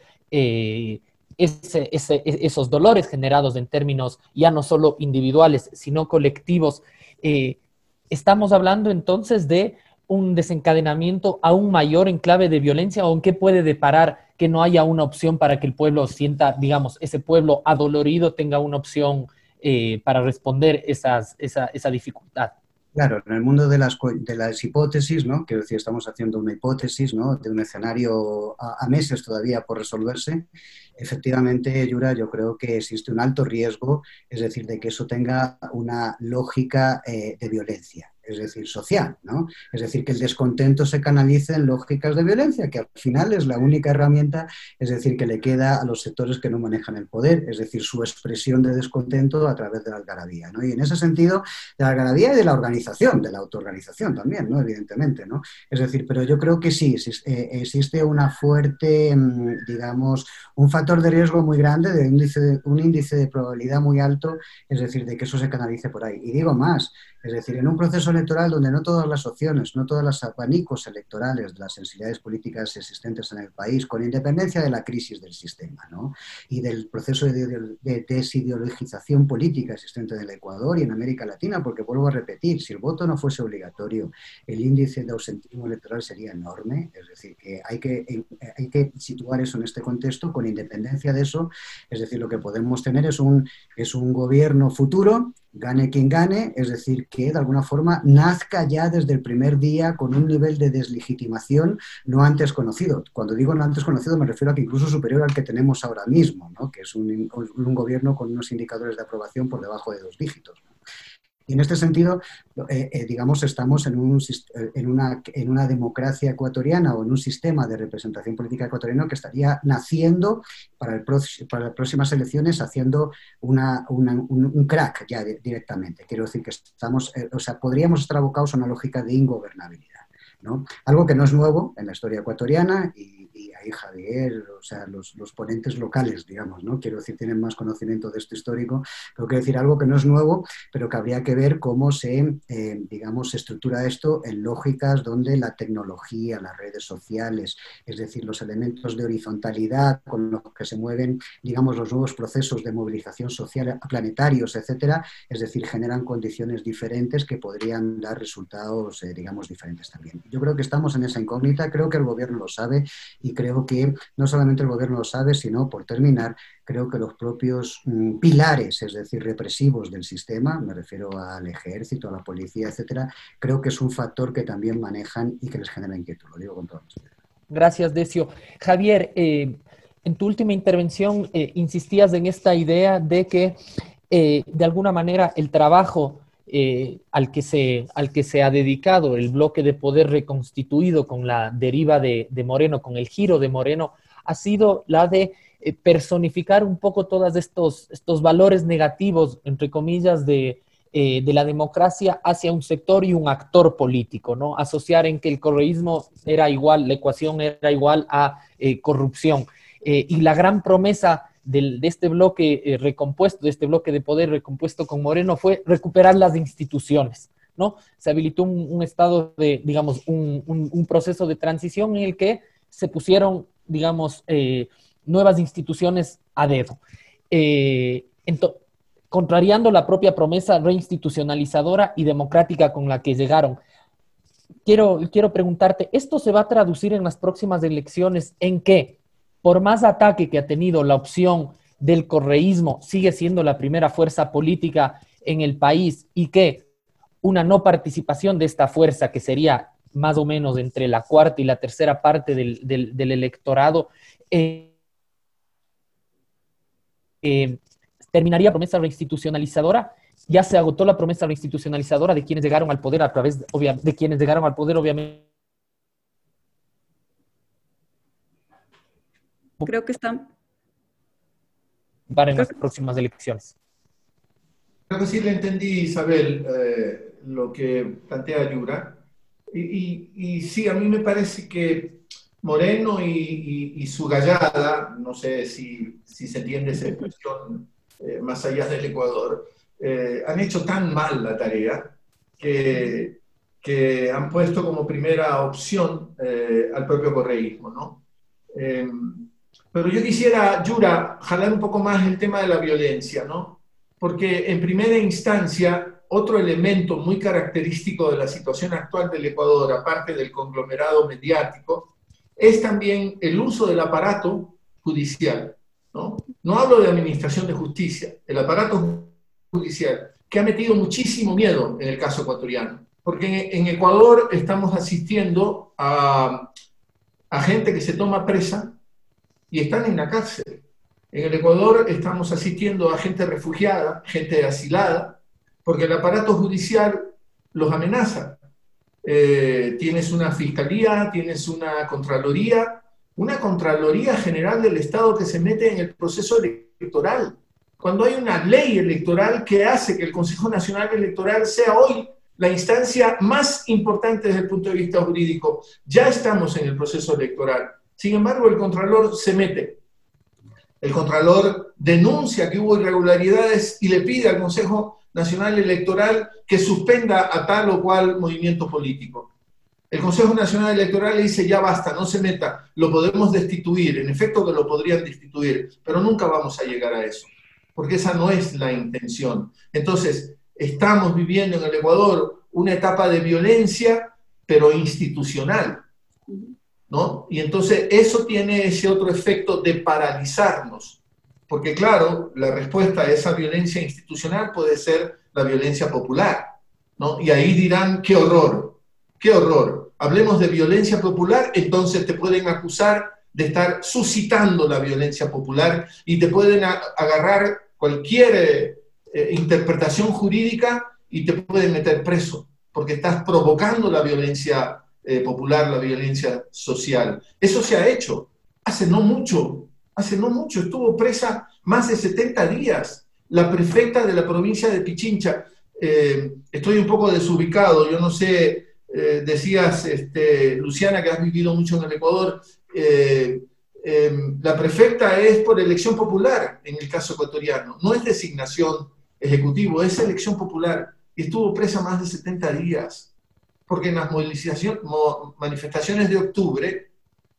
eh, ese, ese, esos dolores generados en términos ya no solo individuales, sino colectivos, eh, estamos hablando entonces de un desencadenamiento aún mayor en clave de violencia, o en qué puede deparar que no haya una opción para que el pueblo sienta, digamos, ese pueblo adolorido tenga una opción eh, para responder esas, esa, esa dificultad. Claro, en el mundo de las, de las hipótesis, ¿no? Quiero decir, estamos haciendo una hipótesis, ¿no? De un escenario a, a meses todavía por resolverse. Efectivamente, Yura, yo creo que existe un alto riesgo, es decir, de que eso tenga una lógica eh, de violencia, es decir, social, ¿no? Es decir, que el descontento se canalice en lógicas de violencia, que al final es la única herramienta, es decir, que le queda a los sectores que no manejan el poder, es decir, su expresión de descontento a través de la algarabía, ¿no? Y en ese sentido, de la algarabía y de la organización, de la autoorganización también, ¿no? Evidentemente, ¿no? Es decir, pero yo creo que sí, existe una fuerte, digamos, un factor de riesgo muy grande, de índice de, un índice de probabilidad muy alto, es decir, de que eso se canalice por ahí. Y digo más, es decir, en un proceso electoral donde no todas las opciones, no todos los abanicos electorales de las sensibilidades políticas existentes en el país, con independencia de la crisis del sistema, ¿no? Y del proceso de, de desideologización política existente en el Ecuador y en América Latina, porque vuelvo a repetir, si el voto no fuese obligatorio, el índice de ausentismo electoral sería enorme, es decir, que hay que, hay que situar eso en este contexto con independencia de eso, es decir, lo que podemos tener es un, es un gobierno futuro, gane quien gane, es decir, que de alguna forma nazca ya desde el primer día con un nivel de deslegitimación no antes conocido. Cuando digo no antes conocido me refiero a que incluso superior al que tenemos ahora mismo, ¿no? Que es un, un gobierno con unos indicadores de aprobación por debajo de dos dígitos, ¿no? Y en este sentido, eh, eh, digamos, estamos en, un, en, una, en una democracia ecuatoriana o en un sistema de representación política ecuatoriano que estaría naciendo para, el, para las próximas elecciones haciendo una, una, un, un crack ya de, directamente. Quiero decir que estamos, eh, o sea, podríamos estar abocados a una lógica de ingobernabilidad, ¿no? Algo que no es nuevo en la historia ecuatoriana y, y ahí Javier, o sea, los, los ponentes locales, digamos, ¿no? Quiero decir, tienen más conocimiento de esto histórico, pero quiero decir algo que no es nuevo, pero que habría que ver cómo se, eh, digamos, se estructura esto en lógicas donde la tecnología, las redes sociales, es decir, los elementos de horizontalidad con los que se mueven, digamos, los nuevos procesos de movilización social planetarios, etcétera, es decir, generan condiciones diferentes que podrían dar resultados, eh, digamos, diferentes también. Yo creo que estamos en esa incógnita, creo que el gobierno lo sabe y creo que no solamente el gobierno lo sabe, sino, por terminar, creo que los propios mm, pilares, es decir, represivos del sistema, me refiero al ejército, a la policía, etcétera, creo que es un factor que también manejan y que les genera inquietud, lo digo con todo respeto. Gracias, Decio. Javier, eh, en tu última intervención eh, insistías en esta idea de que eh, de alguna manera el trabajo eh, al, que se, al que se ha dedicado el bloque de poder reconstituido con la deriva de, de Moreno, con el giro de Moreno, ha sido la de eh, personificar un poco todos estos, estos valores negativos, entre comillas, de, eh, de la democracia hacia un sector y un actor político, ¿no? Asociar en que el correísmo era igual, la ecuación era igual a eh, corrupción. Eh, y la gran promesa del, de este bloque eh, recompuesto, de este bloque de poder recompuesto con Moreno fue recuperar las instituciones, ¿no? Se habilitó un, un estado de, digamos, un, un, un proceso de transición en el que se pusieron, digamos, eh, nuevas instituciones a dedo. Eh, entonces, contrariando la propia promesa reinstitucionalizadora y democrática con la que llegaron. Quiero, quiero preguntarte, ¿esto se va a traducir en las próximas elecciones en qué? Por más ataque que ha tenido la opción del correísmo, sigue siendo la primera fuerza política en el país y que una no participación de esta fuerza, que sería más o menos entre la cuarta y la tercera parte del, del, del electorado, eh, eh, terminaría promesa reinstitucionalizadora. Ya se agotó la promesa reinstitucionalizadora de quienes llegaron al poder a través, obvia, de quienes llegaron al poder, obviamente. Creo que están... Para en las próximas elecciones. Creo que sí le entendí, Isabel, eh, lo que plantea Yura. Y, y, y sí, a mí me parece que Moreno y, y, y su gallada, no sé si, si se entiende esa expresión eh, más allá del Ecuador, eh, han hecho tan mal la tarea que, que han puesto como primera opción eh, al propio correísmo, ¿no? Eh, pero yo quisiera, Yura, jalar un poco más el tema de la violencia, ¿no? Porque en primera instancia, otro elemento muy característico de la situación actual del Ecuador, aparte del conglomerado mediático, es también el uso del aparato judicial, ¿no? No hablo de administración de justicia, el aparato judicial, que ha metido muchísimo miedo en el caso ecuatoriano. Porque en, en Ecuador estamos asistiendo a, a gente que se toma presa y están en la cárcel. En el Ecuador estamos asistiendo a gente refugiada, gente asilada, porque el aparato judicial los amenaza. Eh, tienes una fiscalía, tienes una contraloría, una Contraloría General del Estado que se mete en el proceso electoral. Cuando hay una ley electoral que hace que el Consejo Nacional Electoral sea hoy la instancia más importante desde el punto de vista jurídico, ya estamos en el proceso electoral. Sin embargo, el Contralor se mete. El Contralor denuncia que hubo irregularidades y le pide al Consejo Nacional Electoral que suspenda a tal o cual movimiento político. El Consejo Nacional Electoral le dice, ya basta, no se meta, lo podemos destituir. En efecto que lo podrían destituir, pero nunca vamos a llegar a eso, porque esa no es la intención. Entonces, estamos viviendo en el Ecuador una etapa de violencia, pero institucional, ¿no? Y entonces eso tiene ese otro efecto de paralizarnos, porque claro, la respuesta a esa violencia institucional puede ser la violencia popular, ¿no? Y ahí dirán, qué horror, qué horror. Hablemos de violencia popular, entonces te pueden acusar de estar suscitando la violencia popular y te pueden a- agarrar cualquier eh, interpretación jurídica y te pueden meter preso, porque estás provocando la violencia eh, popular, la violencia social. Eso se ha hecho hace no mucho, hace no mucho, estuvo presa más de setenta días la prefecta de la provincia de Pichincha. Eh, estoy un poco desubicado, yo no sé, eh, decías, este, Luciana, que has vivido mucho en el Ecuador, eh, eh, la prefecta es por elección popular en el caso ecuatoriano, no es designación ejecutivo, es elección popular, y estuvo presa más de setenta días, porque en las movilización, mo, manifestaciones de octubre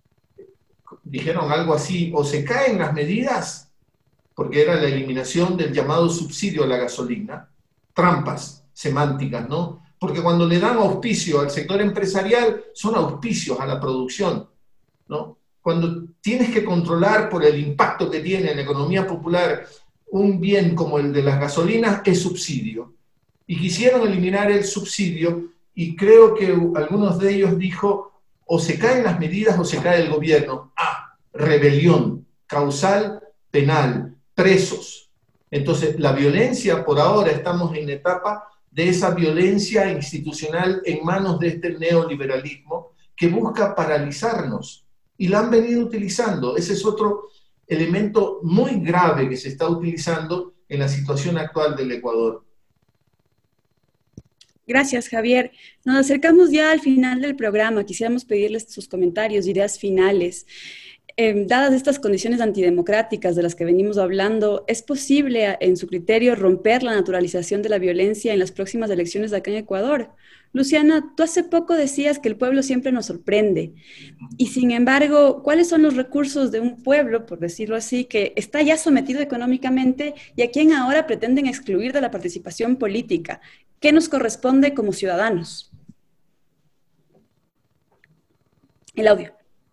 dijeron algo así, o se caen las medidas, porque era la eliminación del llamado subsidio a la gasolina, trampas semánticas, ¿no? Porque cuando le dan auspicio al sector empresarial, son auspicios a la producción, ¿no? Cuando tienes que controlar por el impacto que tiene en la economía popular un bien como el de las gasolinas, es subsidio. Y quisieron eliminar el subsidio, y creo que algunos de ellos dijo, o se caen las medidas o se cae el gobierno. Ah, rebelión. causal penal, presos. Entonces, la violencia, por ahora estamos en la etapa de esa violencia institucional en manos de este neoliberalismo que busca paralizarnos. Y la han venido utilizando. Ese es otro elemento muy grave que se está utilizando en la situación actual del Ecuador. Gracias, Javier. Nos acercamos ya al final del programa. Quisiéramos pedirles sus comentarios, ideas finales. Eh, dadas estas condiciones antidemocráticas de las que venimos hablando, ¿es posible, en su criterio, romper la naturalización de la violencia en las próximas elecciones de acá en Ecuador? Luciana, tú hace poco decías que el pueblo siempre nos sorprende. Y sin embargo, ¿cuáles son los recursos de un pueblo, por decirlo así, que está ya sometido económicamente y a quien ahora pretenden excluir de la participación política? ¿Qué nos corresponde como ciudadanos? El audio.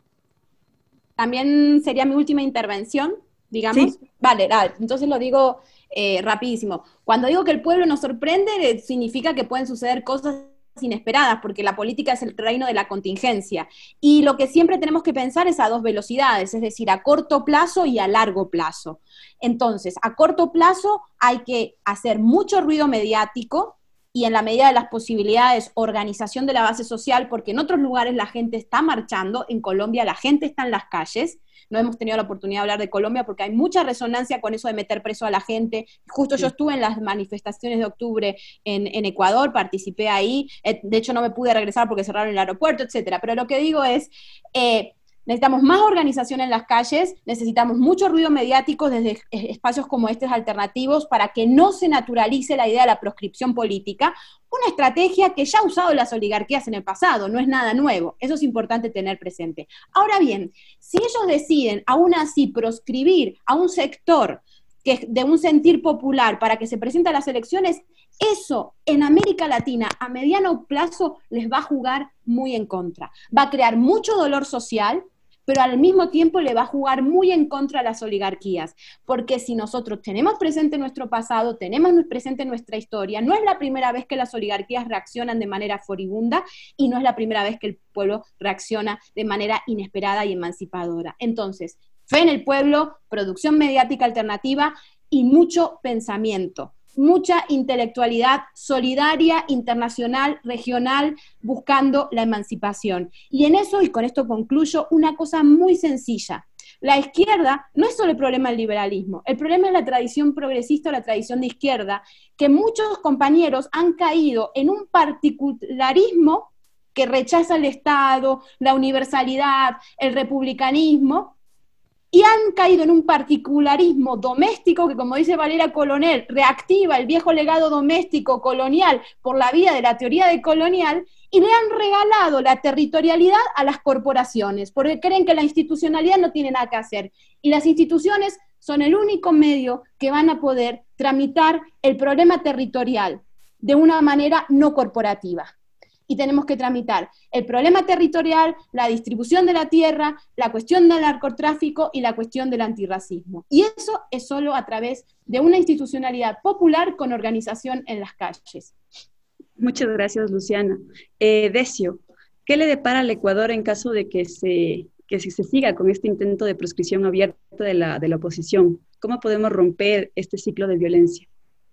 También sería mi última intervención, digamos. Sí. Vale, vale, entonces lo digo eh, rapidísimo. Cuando digo que el pueblo nos sorprende, eh, significa que pueden suceder cosas inesperadas, porque la política es el reino de la contingencia. Y lo que siempre tenemos que pensar es a dos velocidades, es decir, a corto plazo y a largo plazo. Entonces, a corto plazo hay que hacer mucho ruido mediático, y en la medida de las posibilidades, organización de la base social, porque en otros lugares la gente está marchando, en Colombia la gente está en las calles. No hemos tenido la oportunidad de hablar de Colombia porque hay mucha resonancia con eso de meter preso a la gente. Justo sí. Yo estuve en las manifestaciones de octubre en, en Ecuador, participé ahí, de hecho no me pude regresar porque cerraron el aeropuerto, etcétera. Pero lo que digo es, eh, necesitamos más organización en las calles, necesitamos mucho ruido mediático desde espacios como estos alternativos para que no se naturalice la idea de la proscripción política, una estrategia que ya ha usado las oligarquías en el pasado, no es nada nuevo, eso es importante tener presente. Ahora bien, si ellos deciden aún así proscribir a un sector que es de un sentir popular para que se presente a las elecciones, eso en América Latina a mediano plazo les va a jugar muy en contra, va a crear mucho dolor social, pero al mismo tiempo le va a jugar muy en contra a las oligarquías, porque si nosotros tenemos presente nuestro pasado, tenemos presente nuestra historia, no es la primera vez que las oligarquías reaccionan de manera furibunda y no es la primera vez que el pueblo reacciona de manera inesperada y emancipadora. Entonces, fe en el pueblo, producción mediática alternativa y mucho pensamiento. Mucha intelectualidad solidaria, internacional, regional, buscando la emancipación. Y en eso, y con esto concluyo, una cosa muy sencilla. La izquierda no es solo el problema del liberalismo, el problema es la tradición progresista o la tradición de izquierda, que muchos compañeros han caído en un particularismo que rechaza el Estado, la universalidad, el republicanismo, y han caído en un particularismo doméstico que, como dice Valeria Colonel, reactiva el viejo legado doméstico colonial por la vía de la teoría decolonial, y le han regalado la territorialidad a las corporaciones, porque creen que la institucionalidad no tiene nada que hacer, y las instituciones son el único medio que van a poder tramitar el problema territorial de una manera no corporativa. Y tenemos que tramitar el problema territorial, la distribución de la tierra, la cuestión del narcotráfico y la cuestión del antirracismo. Y eso es solo a través de una institucionalidad popular con organización en las calles. Muchas gracias, Luciana. Eh, Decio, ¿qué le depara al Ecuador en caso de que se, que se siga con este intento de proscripción abierta de la, de la oposición? ¿Cómo podemos romper este ciclo de violencia?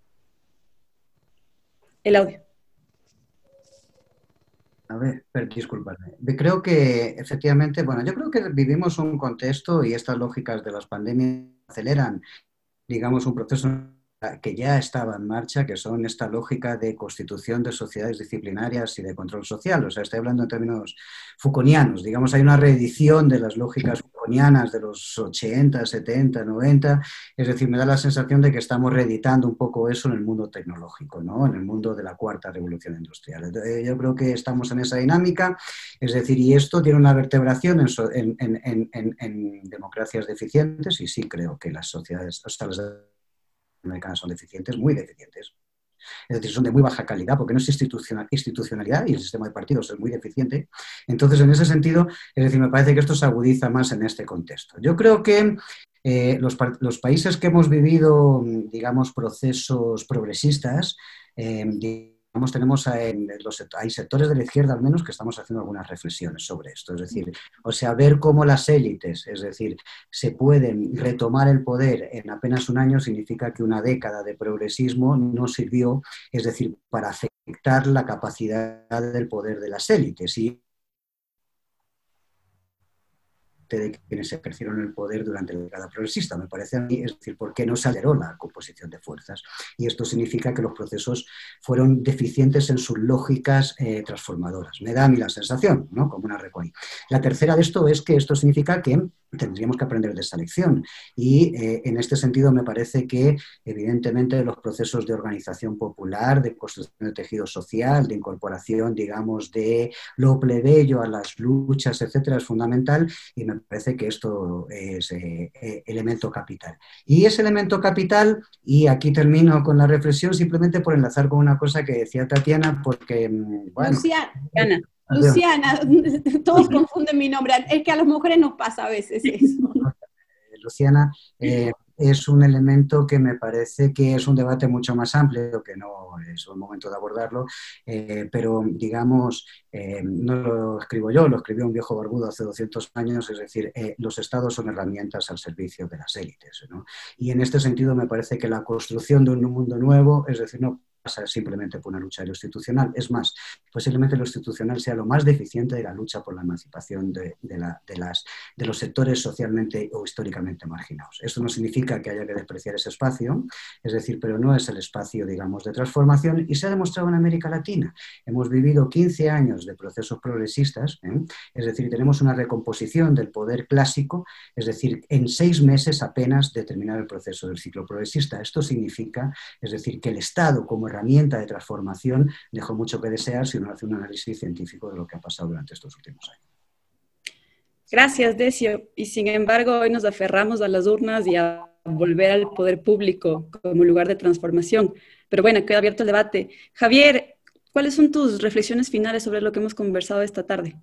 El audio. A ver, disculpadme. Creo que efectivamente, bueno, yo creo que vivimos un contexto y estas lógicas de las pandemias aceleran, digamos, un proceso que ya estaba en marcha, que son esta lógica de constitución de sociedades disciplinarias y de control social. O sea, estoy hablando en términos Foucaultianos. Digamos, hay una reedición de las lógicas Foucaultianas de los ochenta, setenta, noventa. Es decir, me da la sensación de que estamos reeditando un poco eso en el mundo tecnológico, ¿no? En el mundo de la cuarta revolución industrial. Yo creo que estamos en esa dinámica. Es decir, y esto tiene una vertebración en, en, en, en, en democracias deficientes, y sí creo que las sociedades, o sea, las americanas son deficientes, muy deficientes. Es decir, son de muy baja calidad porque no es institucionalidad y el sistema de partidos es muy deficiente. Entonces, en ese sentido, es decir, me parece que esto se agudiza más en este contexto. Yo creo que eh, los, los países que hemos vivido, digamos, procesos progresistas, eh, digamos, tenemos en los, hay sectores de la izquierda al menos que estamos haciendo algunas reflexiones sobre esto. Es decir, o sea, ver cómo las élites, es decir, se pueden retomar el poder en apenas un año significa que una década de progresismo no sirvió, es decir, para afectar la capacidad del poder de las élites y de quienes ejercieron el poder durante la década progresista. Me parece a mí, es decir, ¿por qué no se alteró la composición de fuerzas? Y esto significa que los procesos fueron deficientes en sus lógicas eh, transformadoras. Me da a mí la sensación, ¿no? Como una recuay. La tercera de esto es que esto significa que tendríamos que aprender de esta lección y eh, en este sentido me parece que evidentemente los procesos de organización popular, de construcción de tejido social, de incorporación, digamos, de lo plebeyo a las luchas, etcétera, es fundamental y me parece que esto es eh, eh, elemento capital. Y ese elemento capital, y aquí termino con la reflexión simplemente por enlazar con una cosa que decía Tatiana, porque, bueno... Luciana. Luciana, todos confunden mi nombre, es que a las mujeres nos pasa a veces eso. Luciana, eh, es un elemento que me parece que es un debate mucho más amplio, que no es el momento de abordarlo, eh, pero digamos, eh, no lo escribo yo, lo escribió un viejo barbudo hace doscientos años, es decir, eh, los estados son herramientas al servicio de las élites, ¿no? Y en este sentido me parece que la construcción de un mundo nuevo, es decir, no pasa simplemente por una lucha de lo institucional. Es más, posiblemente lo institucional sea lo más deficiente de la lucha por la emancipación de, de, la, de, las, de los sectores socialmente o históricamente marginados. Esto no significa que haya que despreciar ese espacio, es decir, pero no es el espacio, digamos, de transformación y se ha demostrado en América Latina. Hemos vivido quince años de procesos progresistas, ¿eh? Es decir, tenemos una recomposición del poder clásico, es decir, en seis meses apenas de terminar el proceso del ciclo progresista. Esto significa, es decir, que el Estado como herramienta de transformación dejó mucho que desear si uno hace un análisis científico de lo que ha pasado durante estos últimos años. Gracias, Decio. Y sin embargo, hoy nos aferramos a las urnas y a volver al poder público como lugar de transformación. Pero bueno, queda abierto el debate. Javier, ¿cuáles son tus reflexiones finales sobre lo que hemos conversado esta tarde?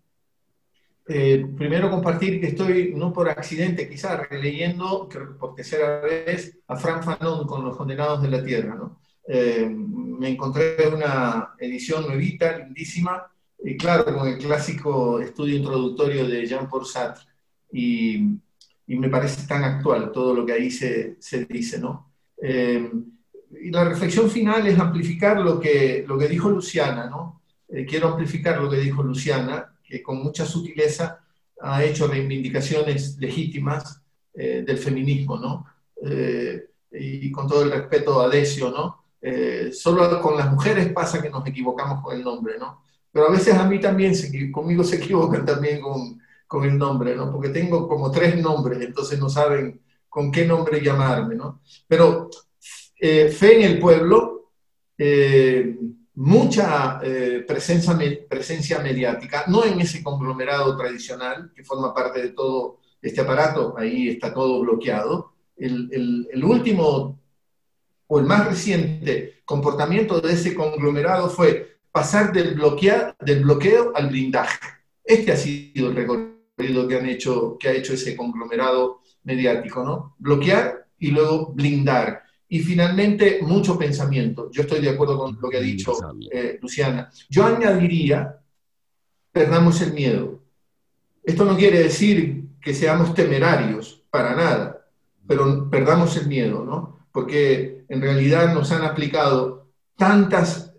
Eh, primero compartir que estoy, no por accidente quizás, releyendo por tercera vez a Frank Fanon con Los Condenados de la Tierra, ¿no? Eh, me encontré una edición nuevita, lindísima, y claro, con el clásico estudio introductorio de Jean-Paul Sartre, y, y me parece tan actual todo lo que ahí se, se dice, ¿no? Eh, y la reflexión final es amplificar lo que, lo que dijo Luciana, ¿no? Eh, quiero amplificar lo que dijo Luciana, que con mucha sutileza ha hecho reivindicaciones legítimas eh, del feminismo, ¿no? Eh, y con todo el respeto a Decio, ¿no? Eh, solo con las mujeres pasa que nos equivocamos con el nombre, ¿no? Pero a veces a mí también, se, conmigo se equivocan también con, con el nombre, ¿no? Porque tengo como tres nombres, entonces no saben con qué nombre llamarme, ¿no? Pero eh, fe en el pueblo, eh, mucha eh, presencia, presencia mediática, no en ese conglomerado tradicional que forma parte de todo este aparato, ahí está todo bloqueado. El, el, el último o el más reciente comportamiento de ese conglomerado fue pasar del, bloquea, del bloqueo al blindaje. Este ha sido el recorrido que, han hecho, que ha hecho ese conglomerado mediático, ¿no? Bloquear y luego blindar. Y finalmente, mucho pensamiento. Yo estoy de acuerdo con lo que ha dicho eh, Luciana. Yo añadiría, perdamos el miedo. Esto no quiere decir que seamos temerarios, para nada, pero perdamos el miedo, ¿no? Porque en realidad nos han aplicado tantas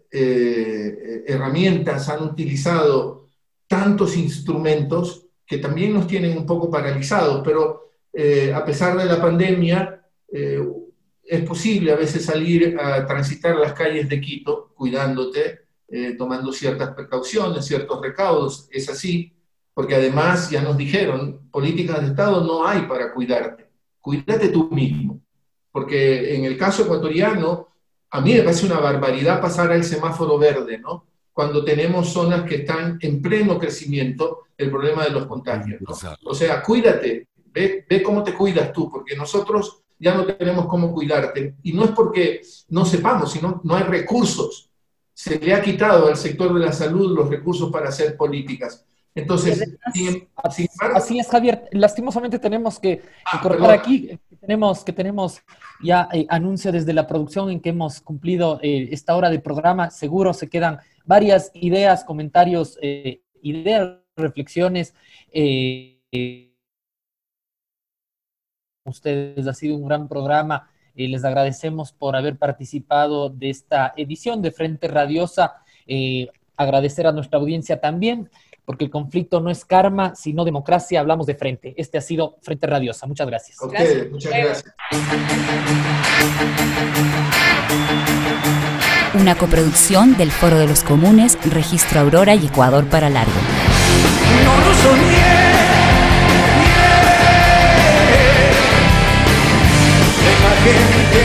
eh, herramientas, han utilizado tantos instrumentos que también nos tienen un poco paralizados, pero eh, a pesar de la pandemia, eh, es posible a veces salir a transitar las calles de Quito cuidándote, eh, tomando ciertas precauciones, ciertos recaudos, es así, porque además ya nos dijeron, políticas de Estado no hay para cuidarte, cuídate tú mismo. Porque en el caso ecuatoriano, a mí me parece una barbaridad pasar al semáforo verde, ¿no? Cuando tenemos zonas que están en pleno crecimiento, el problema de los contagios, ¿no? O sea, cuídate, ve, ve cómo te cuidas tú, porque nosotros ya no tenemos cómo cuidarte. Y no es porque no sepamos, sino no hay recursos. Se le ha quitado al sector de la salud los recursos para hacer políticas. Entonces, sin, sin embargo, Así es, Javier. Lastimosamente tenemos que, que Ah, cortar perdón. aquí. que Tenemos, que tenemos ya eh, anuncio desde la producción en que hemos cumplido eh, esta hora de programa. Seguro se quedan varias ideas, comentarios, eh, ideas, reflexiones. Eh, eh, ustedes, ha sido un gran programa. Eh, les agradecemos por haber participado de esta edición de Frente Radiosa. Eh, agradecer a nuestra audiencia también, porque el conflicto no es karma, sino democracia. Hablamos de frente. Este ha sido Frente Radiosa. Muchas gracias. a ustedes, muchas gracias. Una coproducción del Foro de los Comunes, Registro Aurora y Ecuador para Largo. No lo soñé. La imagen que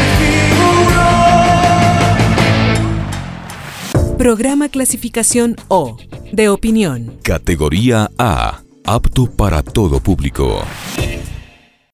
desfiguró. Programa clasificación O, de opinión. Categoría A, apto para todo público.